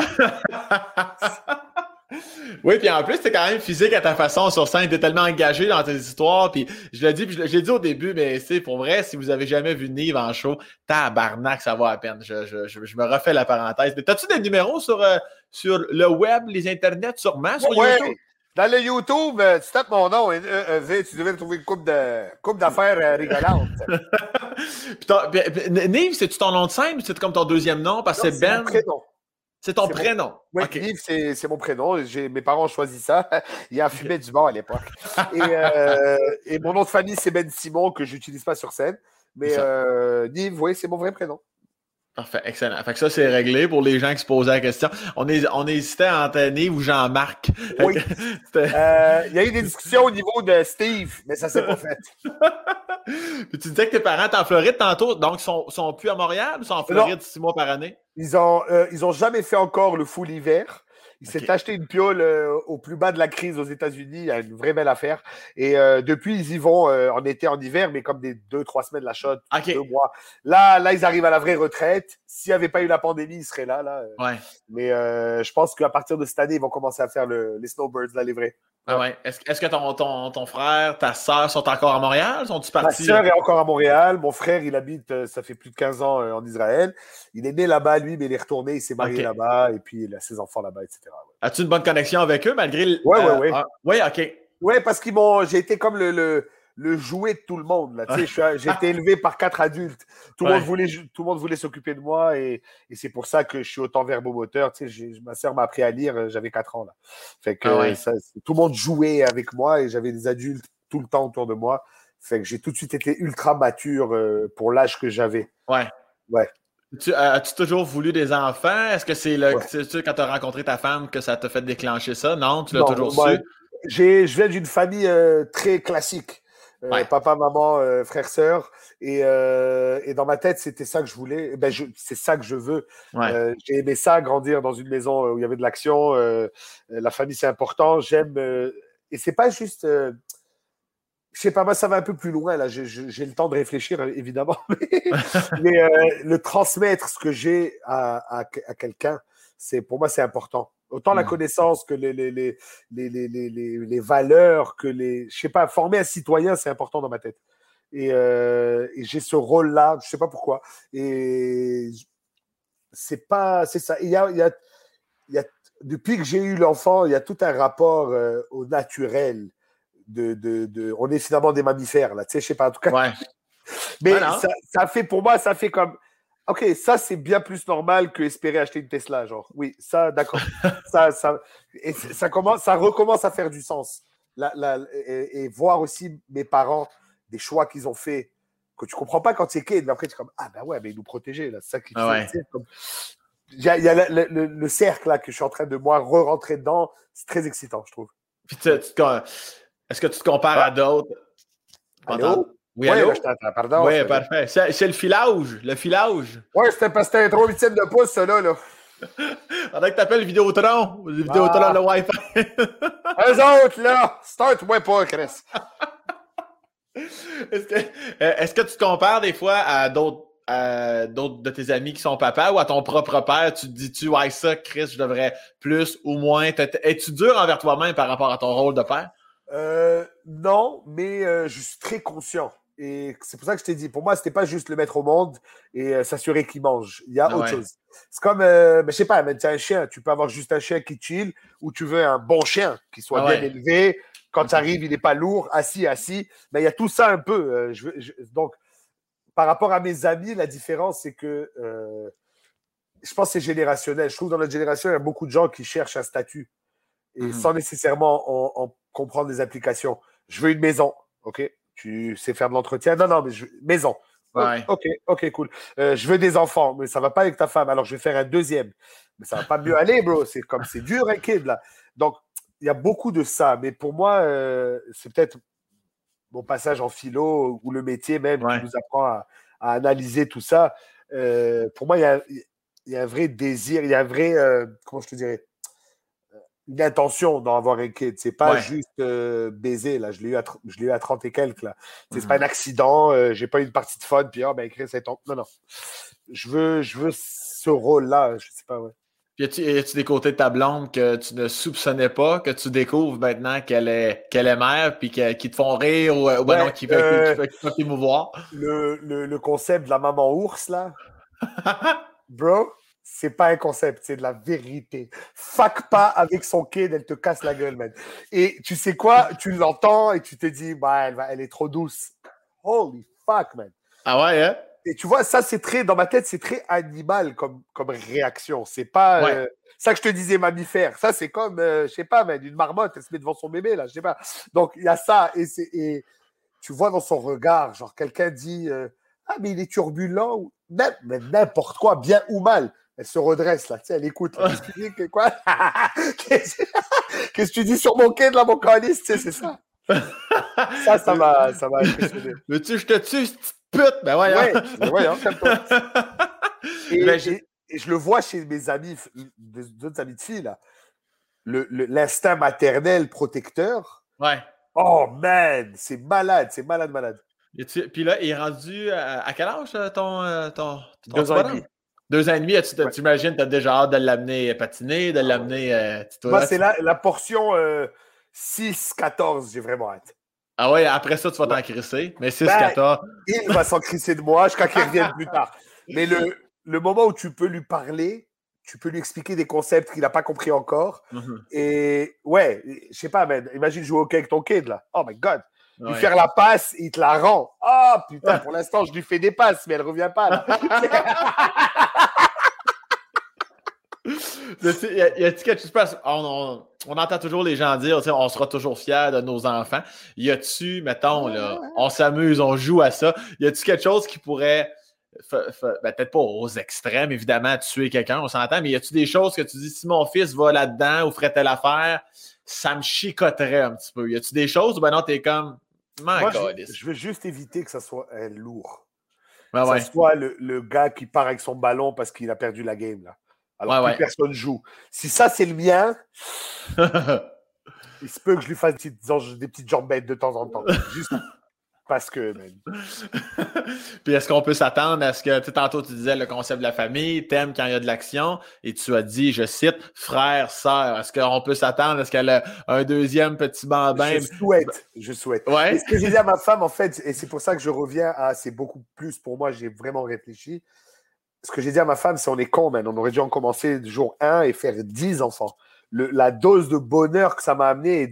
Oui, puis en plus, t'es quand même physique à ta façon sur scène, t'es tellement engagé dans tes histoires, puis je l'ai dit au début, mais c'est pour vrai, si vous avez jamais vu Nive en show, tabarnak, ça va à peine. Je me refais la parenthèse. Mais t'as-tu des numéros sur le web, les internets, sûrement, sur YouTube? Dans le YouTube, tu tapes mon nom, tu devais trouver une coupe d'affaires rigolantes. Nive, c'est-tu ton nom de scène ou c'est comme ton deuxième nom? Parce que c'est Ben. C'est ton prénom? Oui, okay. Nive, c'est mon prénom. Mes parents ont choisi ça. Il y a fumé du mort à l'époque. Et mon nom de famille, c'est Ben Simon, que je n'utilise pas sur scène. Mais Nive, oui, c'est mon vrai prénom. Parfait, excellent. Fait que ça, c'est réglé pour les gens qui se posaient la question. On hésitait entre Nive ou Jean-Marc. Oui. Il y a eu des discussions au niveau de Steve, mais ça s'est pas fait. Puis tu disais que tes parents étaient en Floride tantôt, donc ils sont plus à Montréal ou sont en Floride 6 mois par année? Ils ont jamais fait encore le full hiver. Il s'est acheté une piole au plus bas de la crise aux États-Unis. Il y a une vraie belle affaire. Et depuis, ils y vont en été, en hiver, mais comme des 2-3 semaines la shot, 2 mois. Là, ils arrivent à la vraie retraite. S'il n'y avait pas eu la pandémie, ils seraient là. Ouais. Mais je pense qu'à partir de cette année, ils vont commencer à faire les snowbirds, là, les vrais. Ah ouais. Est-ce que ton frère, ta sœur sont encore à Montréal? Sont-ils partis? Ma sœur est encore à Montréal. Mon frère, il habite, ça fait plus de 15 ans en Israël. Il est né là-bas, lui, mais il est retourné. Il s'est marié là-bas et puis il a ses enfants là-bas, etc. Ouais. As-tu une bonne connexion avec eux malgré... Oui. Oui, OK. Oui, parce j'ai été comme le jouet de tout le monde. Là. J'ai été élevé par 4 adultes. Tout le monde voulait s'occuper de moi et c'est pour ça que je suis autant verbomoteur. Ma sœur m'a appris à lire, j'avais 4 ans. Là. Fait que tout le monde jouait avec moi et j'avais des adultes tout le temps autour de moi. Fait que j'ai tout de suite été ultra mature pour l'âge que j'avais. Ouais. As-tu toujours voulu des enfants? Est-ce que c'est quand tu as rencontré ta femme que ça t'a fait déclencher ça? Non, tu l'as toujours su? Je viens d'une famille très classique. Papa, maman, frère, sœur. Et dans ma tête, c'était ça que je voulais. C'est ça que je veux. Ouais. J'ai aimé ça, grandir dans une maison où il y avait de l'action. La famille, c'est important. J'aime. Et c'est pas juste. Je sais pas, moi, ça va un peu plus loin. Là. J'ai le temps de réfléchir, évidemment. mais le transmettre ce que j'ai à quelqu'un, pour moi, c'est important. Autant la connaissance que les valeurs, que je sais pas, former un citoyen, c'est important dans ma tête. Et j'ai ce rôle-là, je sais pas pourquoi. Et c'est ça. Il y a, depuis que j'ai eu l'enfant, il y a tout un rapport au naturel. On est finalement des mammifères, là. Tu sais, je sais pas, en tout cas. Ouais. Mais ça fait, pour moi, ça fait comme. Ok, ça c'est bien plus normal que espérer acheter une Tesla, genre. Oui, ça, d'accord. ça recommence à faire du sens. Et voir aussi mes parents, des choix qu'ils ont fait, que tu comprends pas quand tu es kid, mais après tu es comme, ah ben ouais, mais ils nous protégeaient, là. C'est ça qui comme... Il y a le cercle là que je suis en train de moi re-rentrer dedans, c'est très excitant, je trouve. Puis est-ce que tu te compares à d'autres? Allô? Oui, Ouais, allô? là, je t'entends, pardon. Oui, parfait. C'est le filage. Le filage. Ouais, c'était parce que c'était un 3 huitièmes de pouce, ça, là. Faudrait que t'appelles Vidéotron. Le Vidéotron, le Ah, Wi-Fi. eux autres, là, start-moi pas, Chris. Est-ce que tu te compares des fois à d'autres de tes amis qui sont papas ou à ton propre père? Tu te dis-tu, ouais, ça, Chris, je devrais plus ou moins. Es-tu dur envers toi-même par rapport à ton rôle de père? Non, mais je suis très conscient. Et c'est pour ça que je t'ai dit, pour moi, c'était pas juste le mettre au monde et s'assurer qu'il mange. Il y a Ah autre ouais. chose. C'est comme, je sais pas, mais tu as un chien, tu peux avoir juste un chien qui chill ou tu veux un bon chien qui soit Ah bien ouais. élevé. Quand tu arrives, il n'est pas lourd, assis. Mais il y a tout ça un peu. Donc, par rapport à mes amis, la différence, c'est que je pense que c'est générationnel. Je trouve que dans notre génération, il y a beaucoup de gens qui cherchent un statut et Mhm. sans nécessairement en comprendre les applications. Je veux une maison, ok? Tu sais faire de l'entretien? Non, non, mais maison. Ouais. Ok, cool. Je veux des enfants, mais ça va pas avec ta femme, alors je vais faire un deuxième. Mais ça va pas mieux aller, bro. C'est dur, un kid, là. Donc, il y a beaucoup de ça, mais pour moi, c'est peut-être mon passage en philo ou le métier même qui Ouais. nous apprend à analyser tout ça. Pour moi, il y a un vrai désir, il y a un vrai, comment je te dirais, une intention d'en avoir un kid. C'est pas Ouais. juste baiser, là. Je l'ai eu à 30 et quelques, là. C'est pas un Mhm. accident, j'ai pas eu une partie de fun, puis ben, Chris, c'est ton. Non, non. Je veux ce rôle-là, je sais pas, ouais. Puis y a-tu des côtés de ta blonde que tu ne soupçonnais pas, que tu découvres maintenant qu'elle est mère, puis qui te font rire ou ben non, Ouais, qui peuvent t'émouvoir? le concept de la maman ours, là, bro, c'est pas un concept, c'est de la vérité. Fuck pas avec son kid, elle te casse la gueule, man. Et tu sais quoi? Tu l'entends et tu te dis, bah, elle est trop douce. Holy fuck, man. Ah ouais, hein? Et tu vois, ça, c'est très, dans ma tête, c'est très animal comme réaction. C'est pas Ouais. ça que je te disais, mammifère. Ça, c'est comme, je sais pas, man, une marmotte, elle se met devant son bébé, là, je sais pas. Donc, il y a ça. Et tu vois dans son regard, genre, quelqu'un dit, ah, mais il est turbulent, ou mais n'importe quoi, bien ou mal. Elle se redresse, là, tu sais, elle écoute. Là. Qu'est-ce que tu dis, quoi? Qu'est-ce que tu dis sur mon quai, là, mon calice, tu sais, c'est ça. Ça m'a impressionné. Veux-tu que je te tue, cette petite pute? Ben voyons. Ouais, mais ouais, hein, calme-toi. Ben, Et je le vois chez mes amis, d'autres amis de filles, là. L'instinct maternel protecteur. ouais. Oh man, c'est malade, malade. Puis là, il est rendu à quel âge ton Deux petit ans et bonhomme? demi. 2 ans et demi. Ouais. T'imagines, t'as déjà hâte de l'amener patiner, de Ah ouais. l'amener Moi, c'est titoter. la portion 6-14, j'ai vraiment hâte. Ah ouais, après ça, tu vas Ouais. t'en crisser. Mais 6, Ben, 14. il va s'en crisser de moi jusqu'à qu'il revienne plus tard. Mais le moment où tu peux lui parler, tu peux lui expliquer des concepts qu'il n'a pas compris encore. Mhm. Et ouais, je sais pas, man, imagine jouer au hockey avec ton kid, là. Oh my God. Lui Ouais. faire la passe, il te la rend. Oh putain, pour l'instant, je lui fais des passes, mais elle revient pas, là. Y a-t-il quelque chose? On entend toujours les gens dire, tu sais, on sera toujours fiers de nos enfants. Y a-tu, mettons, là, on s'amuse, on joue à ça. Y a-tu quelque chose qui pourrait, ben, peut-être pas aux extrêmes, évidemment, tuer quelqu'un, on s'entend, mais y a-tu des choses que tu dis, si mon fils va là-dedans ou ferait telle affaire, ça me chicoterait un petit peu. Y a-tu des choses ou ben non, t'es comme, my Moi, God. je veux juste éviter que ça soit un lourd. Ouais, Que ça ouais. soit le gars qui part avec son ballon parce qu'il a perdu la game, là. Alors Ouais, plus ouais. personne joue. Si ça, c'est le mien, il se peut que je lui fasse des petites jambettes de temps en temps. Juste parce que, man. Puis est-ce qu'on peut s'attendre à ce que, tu sais, tantôt tu disais le concept de la famille, t'aimes quand il y a de l'action, et tu as dit, je cite, frère, sœur. Est-ce qu'on peut s'attendre à ce qu'elle a un deuxième petit bambin? Je souhaite. Et Ouais. ce que j'ai dit à ma femme, en fait, et c'est pour ça que je reviens à, c'est beaucoup plus pour moi, j'ai vraiment réfléchi. Ce que j'ai dit à ma femme, c'est on est con, man. On aurait dû en commencer du jour 1 et faire 10 enfants. La dose de bonheur que ça m'a amené et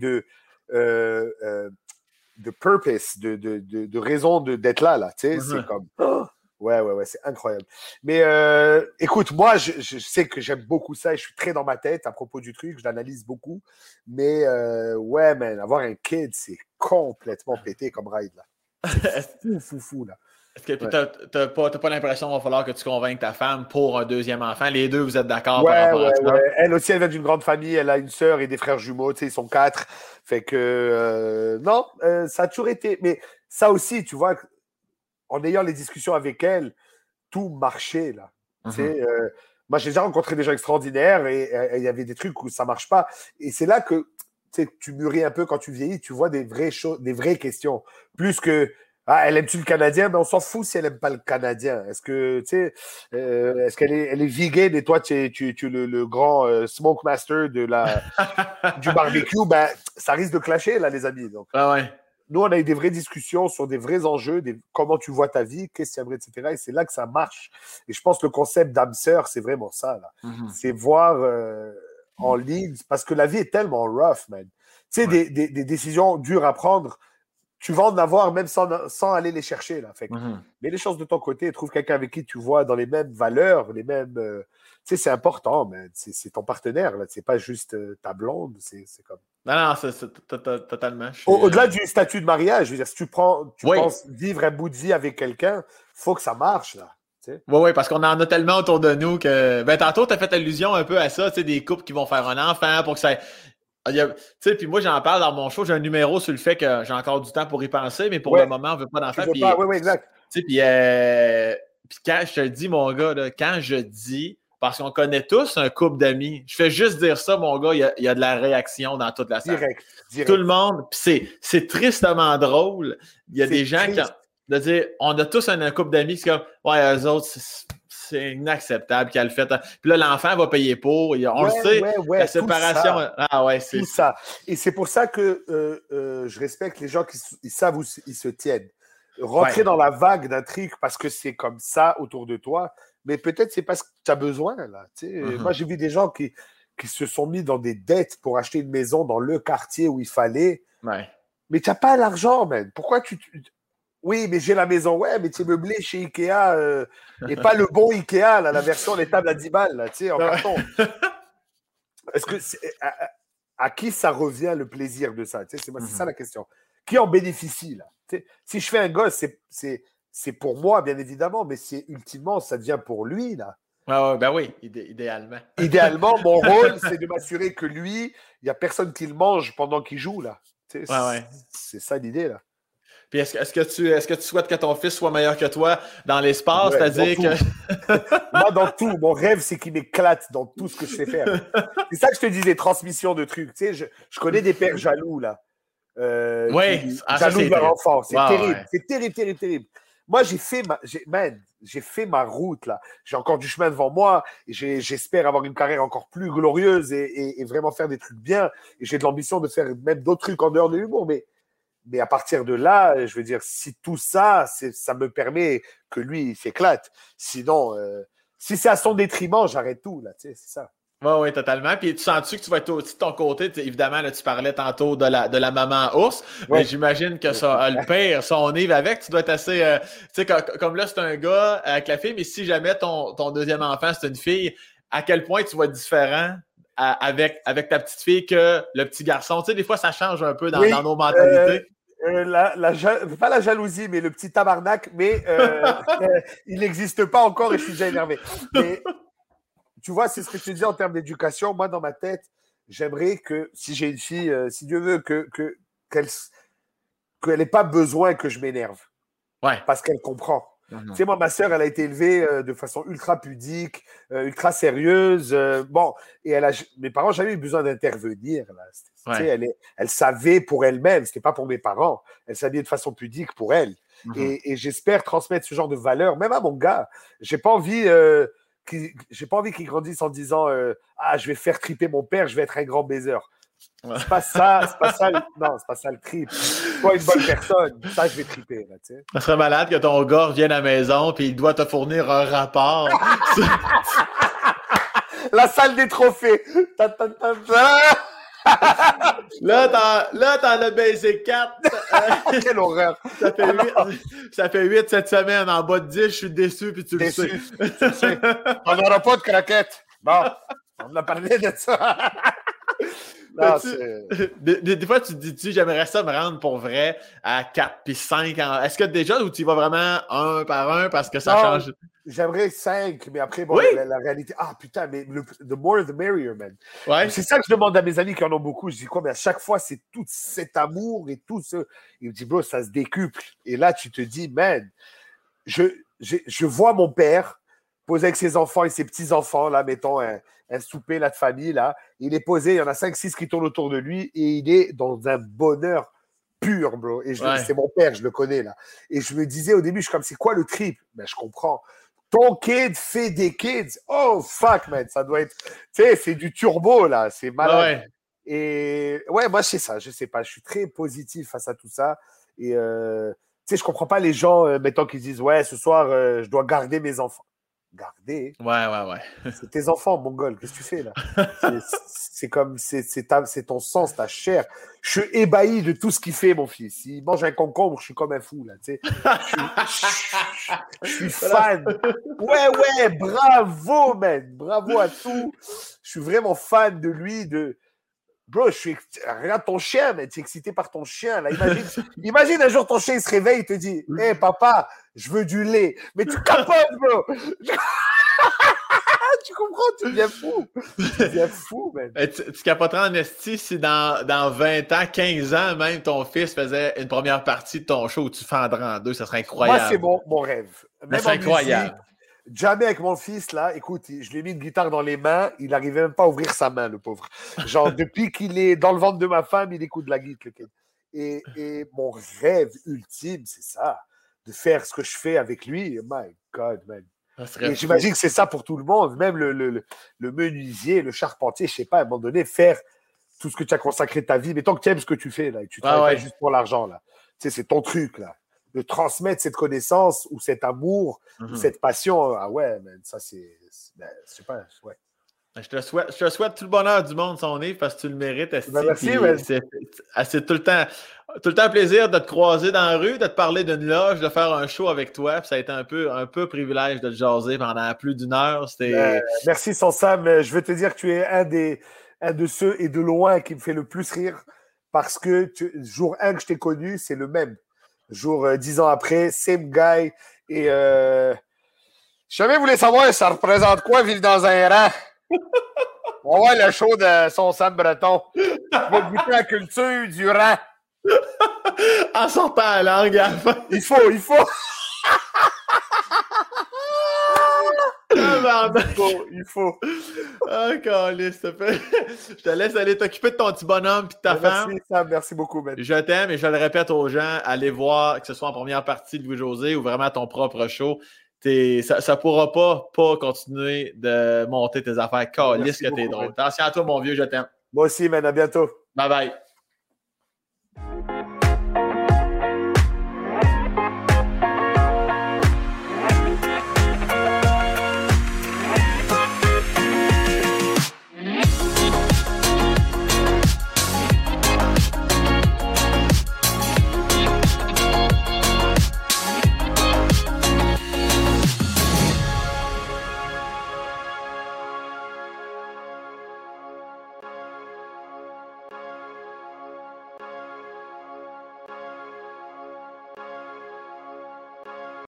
de purpose, de raison d'être là, tu sais, c'est Mhm. comme, oh, ouais, c'est incroyable. Mais écoute, moi, je sais que j'aime beaucoup ça et je suis très dans ma tête à propos du truc, je l'analyse beaucoup. Mais ouais, man, avoir un kid, c'est complètement pété comme ride, là. C'est fou, là. Est-ce que Ouais. t'as pas l'impression qu'il va falloir que tu convainques ta femme pour un deuxième enfant? Les deux, vous êtes d'accord par Ouais, rapport à ouais, ça? ouais. Elle aussi, elle vient d'une grande famille. Elle a une sœur et des frères jumeaux. Tu sais, ils sont 4. Fait que, non, ça a toujours été. Mais ça aussi, tu vois, en ayant les discussions avec elle, tout marchait, là. Tu Mhm. sais, moi, j'ai déjà rencontré des gens extraordinaires et il y avait des trucs où ça marche pas. Et c'est là que tu sais, tu mûris un peu quand tu vieillis, tu vois des vraies choses, des vraies questions. Plus que, ah, elle aime-tu le Canadien? Mais on s'en fout si elle aime pas le Canadien. Est-ce que, tu sais, est-ce qu'elle est, elle est vegan et toi, tu es le grand smoke master du barbecue? Ben, ça risque de clasher, là, les amis. Donc, Ah ouais. nous, on a eu des vraies discussions sur des vrais enjeux, comment tu vois ta vie, qu'est-ce qu'il y aimerait, etc. Et c'est là que ça marche. Et je pense que le concept d'âme sœur, c'est vraiment ça. Là. Mhm. C'est voir en ligne, parce que la vie est tellement rough, man. Tu sais, Ouais. des décisions dures à prendre, tu vas en avoir même sans aller les chercher. Là. Fait que, Mhm. mets les choses de ton côté, trouve quelqu'un avec qui tu vois dans les mêmes valeurs, les mêmes. Tu sais, c'est important, man. C'est ton partenaire, là. C'est pas juste ta blonde. C'est comme. Non, totalement. Au-delà du statut de mariage, je veux dire, si tu Oui. penses vivre un bout de vie avec quelqu'un, faut que ça marche, là. Tu sais? Oui, oui, parce qu'on en a tellement autour de nous que. Ben, tantôt, tu as fait allusion un peu à ça, tu sais, des couples qui vont faire un enfant pour que ça. Tu sais, puis moi, j'en parle dans mon show. J'ai un numéro sur le fait que j'ai encore du temps pour y penser, mais pour le Ouais, moment, on veut pas tu d'enfant. veux pas. Puis, Oui, oui, exact. tu sais, puis quand je te le dis, mon gars, là, quand je dis, parce qu'on connaît tous un couple d'amis, je fais juste dire ça, mon gars, il y a de la réaction dans toute la salle. Direct, Tout le direct. monde, puis c'est tristement drôle. Il y a des C'est gens qui, triste. de dire, on a tous un couple d'amis, c'est comme, ouais, eux autres, c'est inacceptable qu'elle le fait. Puis là, l'enfant va payer pour. On le Ouais, sait, ouais, la ouais, tout séparation. ça. Ah ouais, c'est. Tout ça. Et c'est pour ça que je respecte les gens qui ils savent où ils se tiennent. Rentrer Ouais. dans la vague d'un truc parce que c'est comme ça autour de toi, mais peut-être c'est parce que tu as besoin. Là. Tu sais, moi, Mhm. j'ai vu des gens qui se sont mis dans des dettes pour acheter une maison dans le quartier où il fallait. Ouais. Mais tu n'as pas l'argent, man. Pourquoi Oui, mais j'ai la maison. Ouais, mais tu es meublé chez Ikea et pas le bon Ikea, là, la version les tables à 10 balles, là, tu sais, en carton. Est-ce que à qui ça revient le plaisir de ça? Tu sais, c'est ça Mhm. la question. Qui en bénéficie, là? Tu sais, si je fais un gosse, c'est pour moi, bien évidemment, mais c'est ultimement, ça devient pour lui, là. Ouais, ouais, ben oui, idéalement. Idéalement, mon rôle, c'est de m'assurer que lui, il n'y a personne qui le mange pendant qu'il joue, là. Tu sais, Ouais, ouais. c'est ça l'idée, là. Puis est-ce que tu souhaites que ton fils soit meilleur que toi dans l'espace? Ouais, dans C'est-à-dire tout. que. Moi, dans tout. Mon rêve, c'est qu'il m'éclate dans tout ce que je sais faire. C'est ça que je te disais, transmission de trucs. Tu sais, je connais des pères jaloux, là. Oui, Qui ça jalousent c'est leur triste. enfant. C'est Ouais, terrible. ouais. C'est terrible, terrible, terrible. Moi, j'ai fait ma route, là. J'ai encore du chemin devant moi. J'espère avoir une carrière encore plus glorieuse et vraiment faire des trucs bien. Et j'ai de l'ambition de faire même d'autres trucs en dehors de l'humour. Mais à partir de là, je veux dire, si tout ça, ça me permet que lui, il s'éclate. Sinon, si c'est à son détriment, j'arrête tout, là. Tu sais, c'est ça. Oui, oui, totalement. Puis tu sens-tu que tu vas être aussi de ton côté? Évidemment, là, tu parlais tantôt de la maman ours, mais Ouais. j'imagine que ça, le pire, son Yves avec, tu dois être assez. Tu sais, comme là, c'est un gars avec la fille, mais si jamais ton deuxième enfant, c'est une fille, à quel point tu vas être différent avec ta petite fille que le petit garçon? Tu sais, des fois, ça change un peu Oui, dans nos mentalités. pas la jalousie, mais le petit tabarnak, mais il n'existe pas encore et je suis déjà énervé. Mais tu vois, c'est ce que je te dis en termes d'éducation. Moi, dans ma tête, j'aimerais que si j'ai une fille, si Dieu veut, qu'elle n'ait pas besoin que je m'énerve Ouais. parce qu'elle comprend. Mhm. Tu sais, moi, ma sœur, elle a été élevée de façon ultra pudique, ultra sérieuse. Bon, et mes parents n'ont jamais eu besoin d'intervenir. Là. Tu sais, Ouais. elle savait pour elle-même, ce n'était pas pour mes parents. Elle s'habillait de façon pudique pour elle. Mhm. Et j'espère transmettre ce genre de valeurs, même à mon gars. J'ai pas envie qu'il grandisse en disant ah, je vais faire triper mon père, je vais être un grand baiser. Ouais. C'est pas ça, non, c'est pas ça le trip. Sois une bonne personne, ça je vais triper là, tu sais. Ça serait malade que ton gars revienne à la maison et il doit te fournir un rapport. La salle des trophées. Là, t'en as baisé 4. Quelle horreur. Ça fait 8 cette semaine. En bas de 10, je suis déçu, puis tu le sais. Tu le sais. On n'aura pas de craquette. Bon, on a parlé de ça. Non, des fois, tu te dis, j'aimerais ça me rendre pour vrai à 4 puis 5. Est-ce que déjà, ou tu y vas vraiment un par un parce que ça non, change? j'aimerais 5, mais après, bon, Oui! la réalité. Ah putain, mais the more the merrier, man. Ouais. C'est ça que je demande à mes amis qui en ont beaucoup. Je dis quoi, mais à chaque fois, c'est tout cet amour et tout ce. Il me dit, bro, ça se décuple. Et là, tu te dis, man, je vois mon père poser avec ses enfants et ses petits-enfants, là, mettons un souper là, de famille, là. Il est posé, il y en a 5-6 qui tournent autour de lui et il est dans un bonheur pur, bro. Et c'est mon père, je le connais, là. Et je me disais au début, je suis comme, c'est quoi le trip? Ben, je comprends. Ton kid fait des kids. Oh, fuck, man. Ça doit être, tu sais, c'est du turbo, là. C'est malade. Ouais. Et ouais, moi, je sais ça. Je sais pas. Je suis très positif face à tout ça. Et, tu sais, je comprends pas les gens, mettons, qui disent, ouais, ce soir, je dois garder mes enfants. Garder? Ouais. C'est tes enfants, mongol. Qu'est-ce que tu fais, là? C'est comme, c'est ton sang, c'est ta chair. Je suis ébahi de tout ce qu'il fait, mon fils. Il mange un concombre, je suis comme un fou, là, tu sais. Je suis fan. Ouais, bravo, man. Bravo à tout. Je suis vraiment fan de lui, Bro, regarde ton chien, mais tu es excité par ton chien. Là. Imagine un jour ton chien il se réveille et te dit hey, papa, je veux du lait. Mais tu capotes, bro. Tu comprends? Tu deviens fou. Tu deviens fou, man. Tu capoteras en esti si dans 20 ans, 15 ans, même ton fils faisait une première partie de ton show où tu fendras en deux. Ça serait incroyable. Moi, c'est mon rêve. Même c'est incroyable. Musique, jamais avec mon fils, là, écoute, je lui ai mis une guitare dans les mains, il n'arrivait même pas à ouvrir sa main, le pauvre. Genre, depuis qu'il est dans le ventre de ma femme, il écoute de la guitare. Et mon rêve ultime, c'est ça, de faire ce que je fais avec lui. My God, man. Et j'imagine que c'est ça pour tout le monde, même le menuisier, le charpentier, je sais pas, à un moment donné, faire tout ce que tu as consacré ta vie, mais tant que tu aimes ce que tu fais, là, et tu travailles pas juste pour l'argent, là. Tu sais, c'est ton truc, là. De transmettre cette connaissance ou cet amour ou cette passion. Ah ouais, man, ça c'est je sais pas, ouais. Je te souhaite tout le bonheur du monde, son Yves, parce que tu le mérites. Merci, c'est tout le temps un plaisir de te croiser dans la rue, de te parler d'une loge, de faire un show avec toi. Puis ça a été un peu privilège de te jaser pendant plus d'une heure. Merci, Sansam. Je veux te dire que tu es un de ceux et de loin qui me fait le plus rire parce que jour 1 que je t'ai connu, c'est le même. Jour 10 ans après, same guy. Et je jamais voulu savoir ça représente quoi vivre dans un rang. On va voir le show de son Sam Breton. Je vais goûter la culture du rang. En sortant la langue à la fin. Il faut. Il faut. Ah, câlisse, je te laisse aller t'occuper de ton petit bonhomme et de ta femme. Merci, Sam. Merci beaucoup, man. Je t'aime et je le répète aux gens, allez voir, que ce soit en première partie de Louis-José ou vraiment ton propre show. Ça pourra pas continuer de monter tes affaires. Calisse que t'es drôle. Attention à toi, mon vieux, je t'aime. Moi aussi, man. À bientôt. Bye bye.